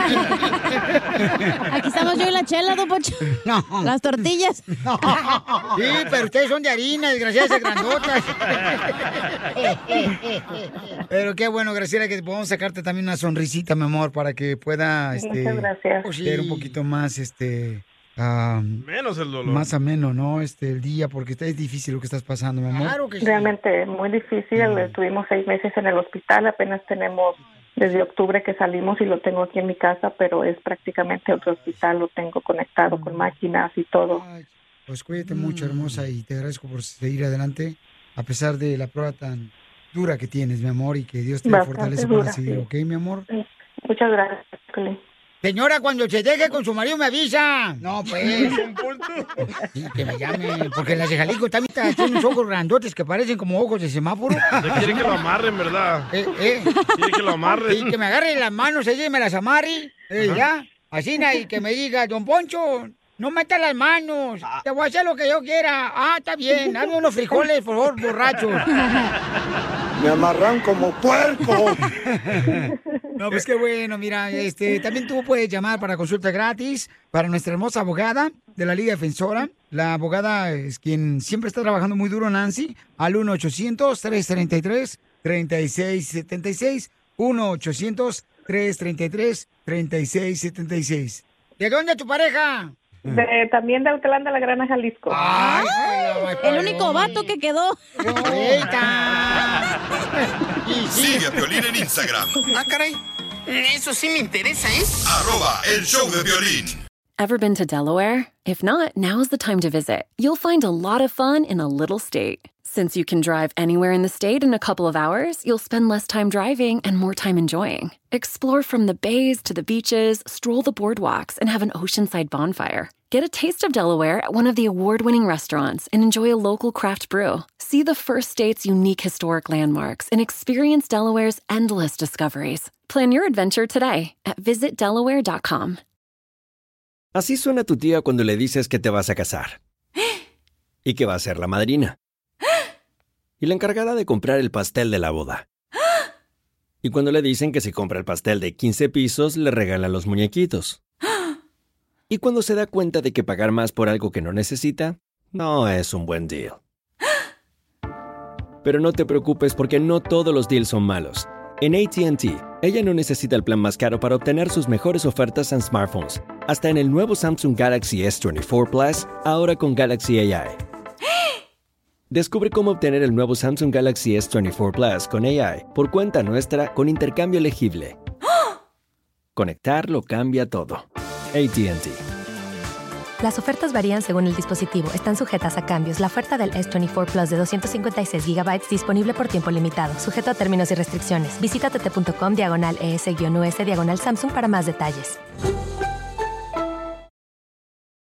Aquí estamos yo y la chela, don Poncho. No. Las tortillas. No. Sí, pero ustedes son de harina, desgraciadas y grandotas. Pero qué bueno, Graciela, que podamos sacarte también una sonrisita, mi amor, para que pueda, este, Muchas gracias. ser un poquito más, este... Uh, menos el dolor. Más ameno, ¿no? Este, el día, porque está, es difícil lo que estás pasando, mi amor. Claro que sí. Realmente muy difícil. Mm. Estuvimos seis meses en el hospital. Apenas tenemos desde octubre que salimos y lo tengo aquí en mi casa, pero es prácticamente otro hospital. Lo tengo conectado mm. con máquinas y todo. Ay, pues cuídate mm. mucho, hermosa, y te agradezco por seguir adelante, a pesar de la prueba tan dura que tienes, mi amor, y que Dios te Bastante fortalece dura, para seguir, sí. ¿ok, mi amor? Muchas gracias, Piolín. Señora, cuando se deje con su marido me avisa. No, pues. Sí, que me llame. Porque las de Jalisco también tienen unos ojos grandotes que parecen como ojos de semáforo. Ya quiere que lo amarren, ¿verdad? Eh, eh. Quiere que lo amarren. Sí, que me agarre las manos, ella y me las amarre. Eh, ya. Así, y que me diga, don Poncho, no meta las manos. Te voy a hacer lo que yo quiera. Ah, está bien. Dame unos frijoles, por favor, borrachos. Me amarran como puerco. No, pues qué bueno, mira, este, también tú puedes llamar para consulta gratis para nuestra hermosa abogada de la Liga Defensora. La abogada es quien siempre está trabajando muy duro, Nancy, al uno ochocientos, tres treinta y tres, treinta y seis setenta y seis, uno ochocientos, tres treinta y tres, treinta y seis setenta y seis. ¿De dónde es tu pareja? De, también de Autlanda, La Grana, Jalisco. Ay, el único vato que quedó. Sigue a Piolín en Instagram. Ah, caray. Eso sí me interesa, ¿eh? Arroba el show de Piolín. Ever been to Delaware? If not, now's the time to visit. You'll find a lot of fun in a little state. Since you can drive anywhere in the state in a couple of hours, you'll spend less time driving and more time enjoying. Explore from the bays to the beaches, stroll the boardwalks, and have an oceanside bonfire. Get a taste of Delaware at one of the award-winning restaurants and enjoy a local craft brew. See the first state's unique historic landmarks and experience Delaware's endless discoveries. Plan your adventure today at visit delaware dot com. Así suena tu tía cuando le dices que te vas a casar. Y que va a ser la madrina. Y la encargada de comprar el pastel de la boda. Y cuando le dicen que si compra el pastel de quince pisos, le regalan los muñequitos. Y cuando se da cuenta de que pagar más por algo que no necesita, no es un buen deal. Pero no te preocupes porque no todos los deals son malos. En A T and T, ella no necesita el plan más caro para obtener sus mejores ofertas en smartphones. Hasta en el nuevo Samsung Galaxy S veinticuatro Plus, ahora con Galaxy A I. Descubre cómo obtener el nuevo Samsung Galaxy S veinticuatro Plus con A I por cuenta nuestra con intercambio elegible. Conectar lo cambia todo. A T and T. Las ofertas varían según el dispositivo. Están sujetas a cambios. La oferta del S veinticuatro Plus de doscientos cincuenta y seis gigabytes disponible por tiempo limitado. Sujeto a términos y restricciones. Visita tt punto com diagonal es-us diagonal Samsung para más detalles.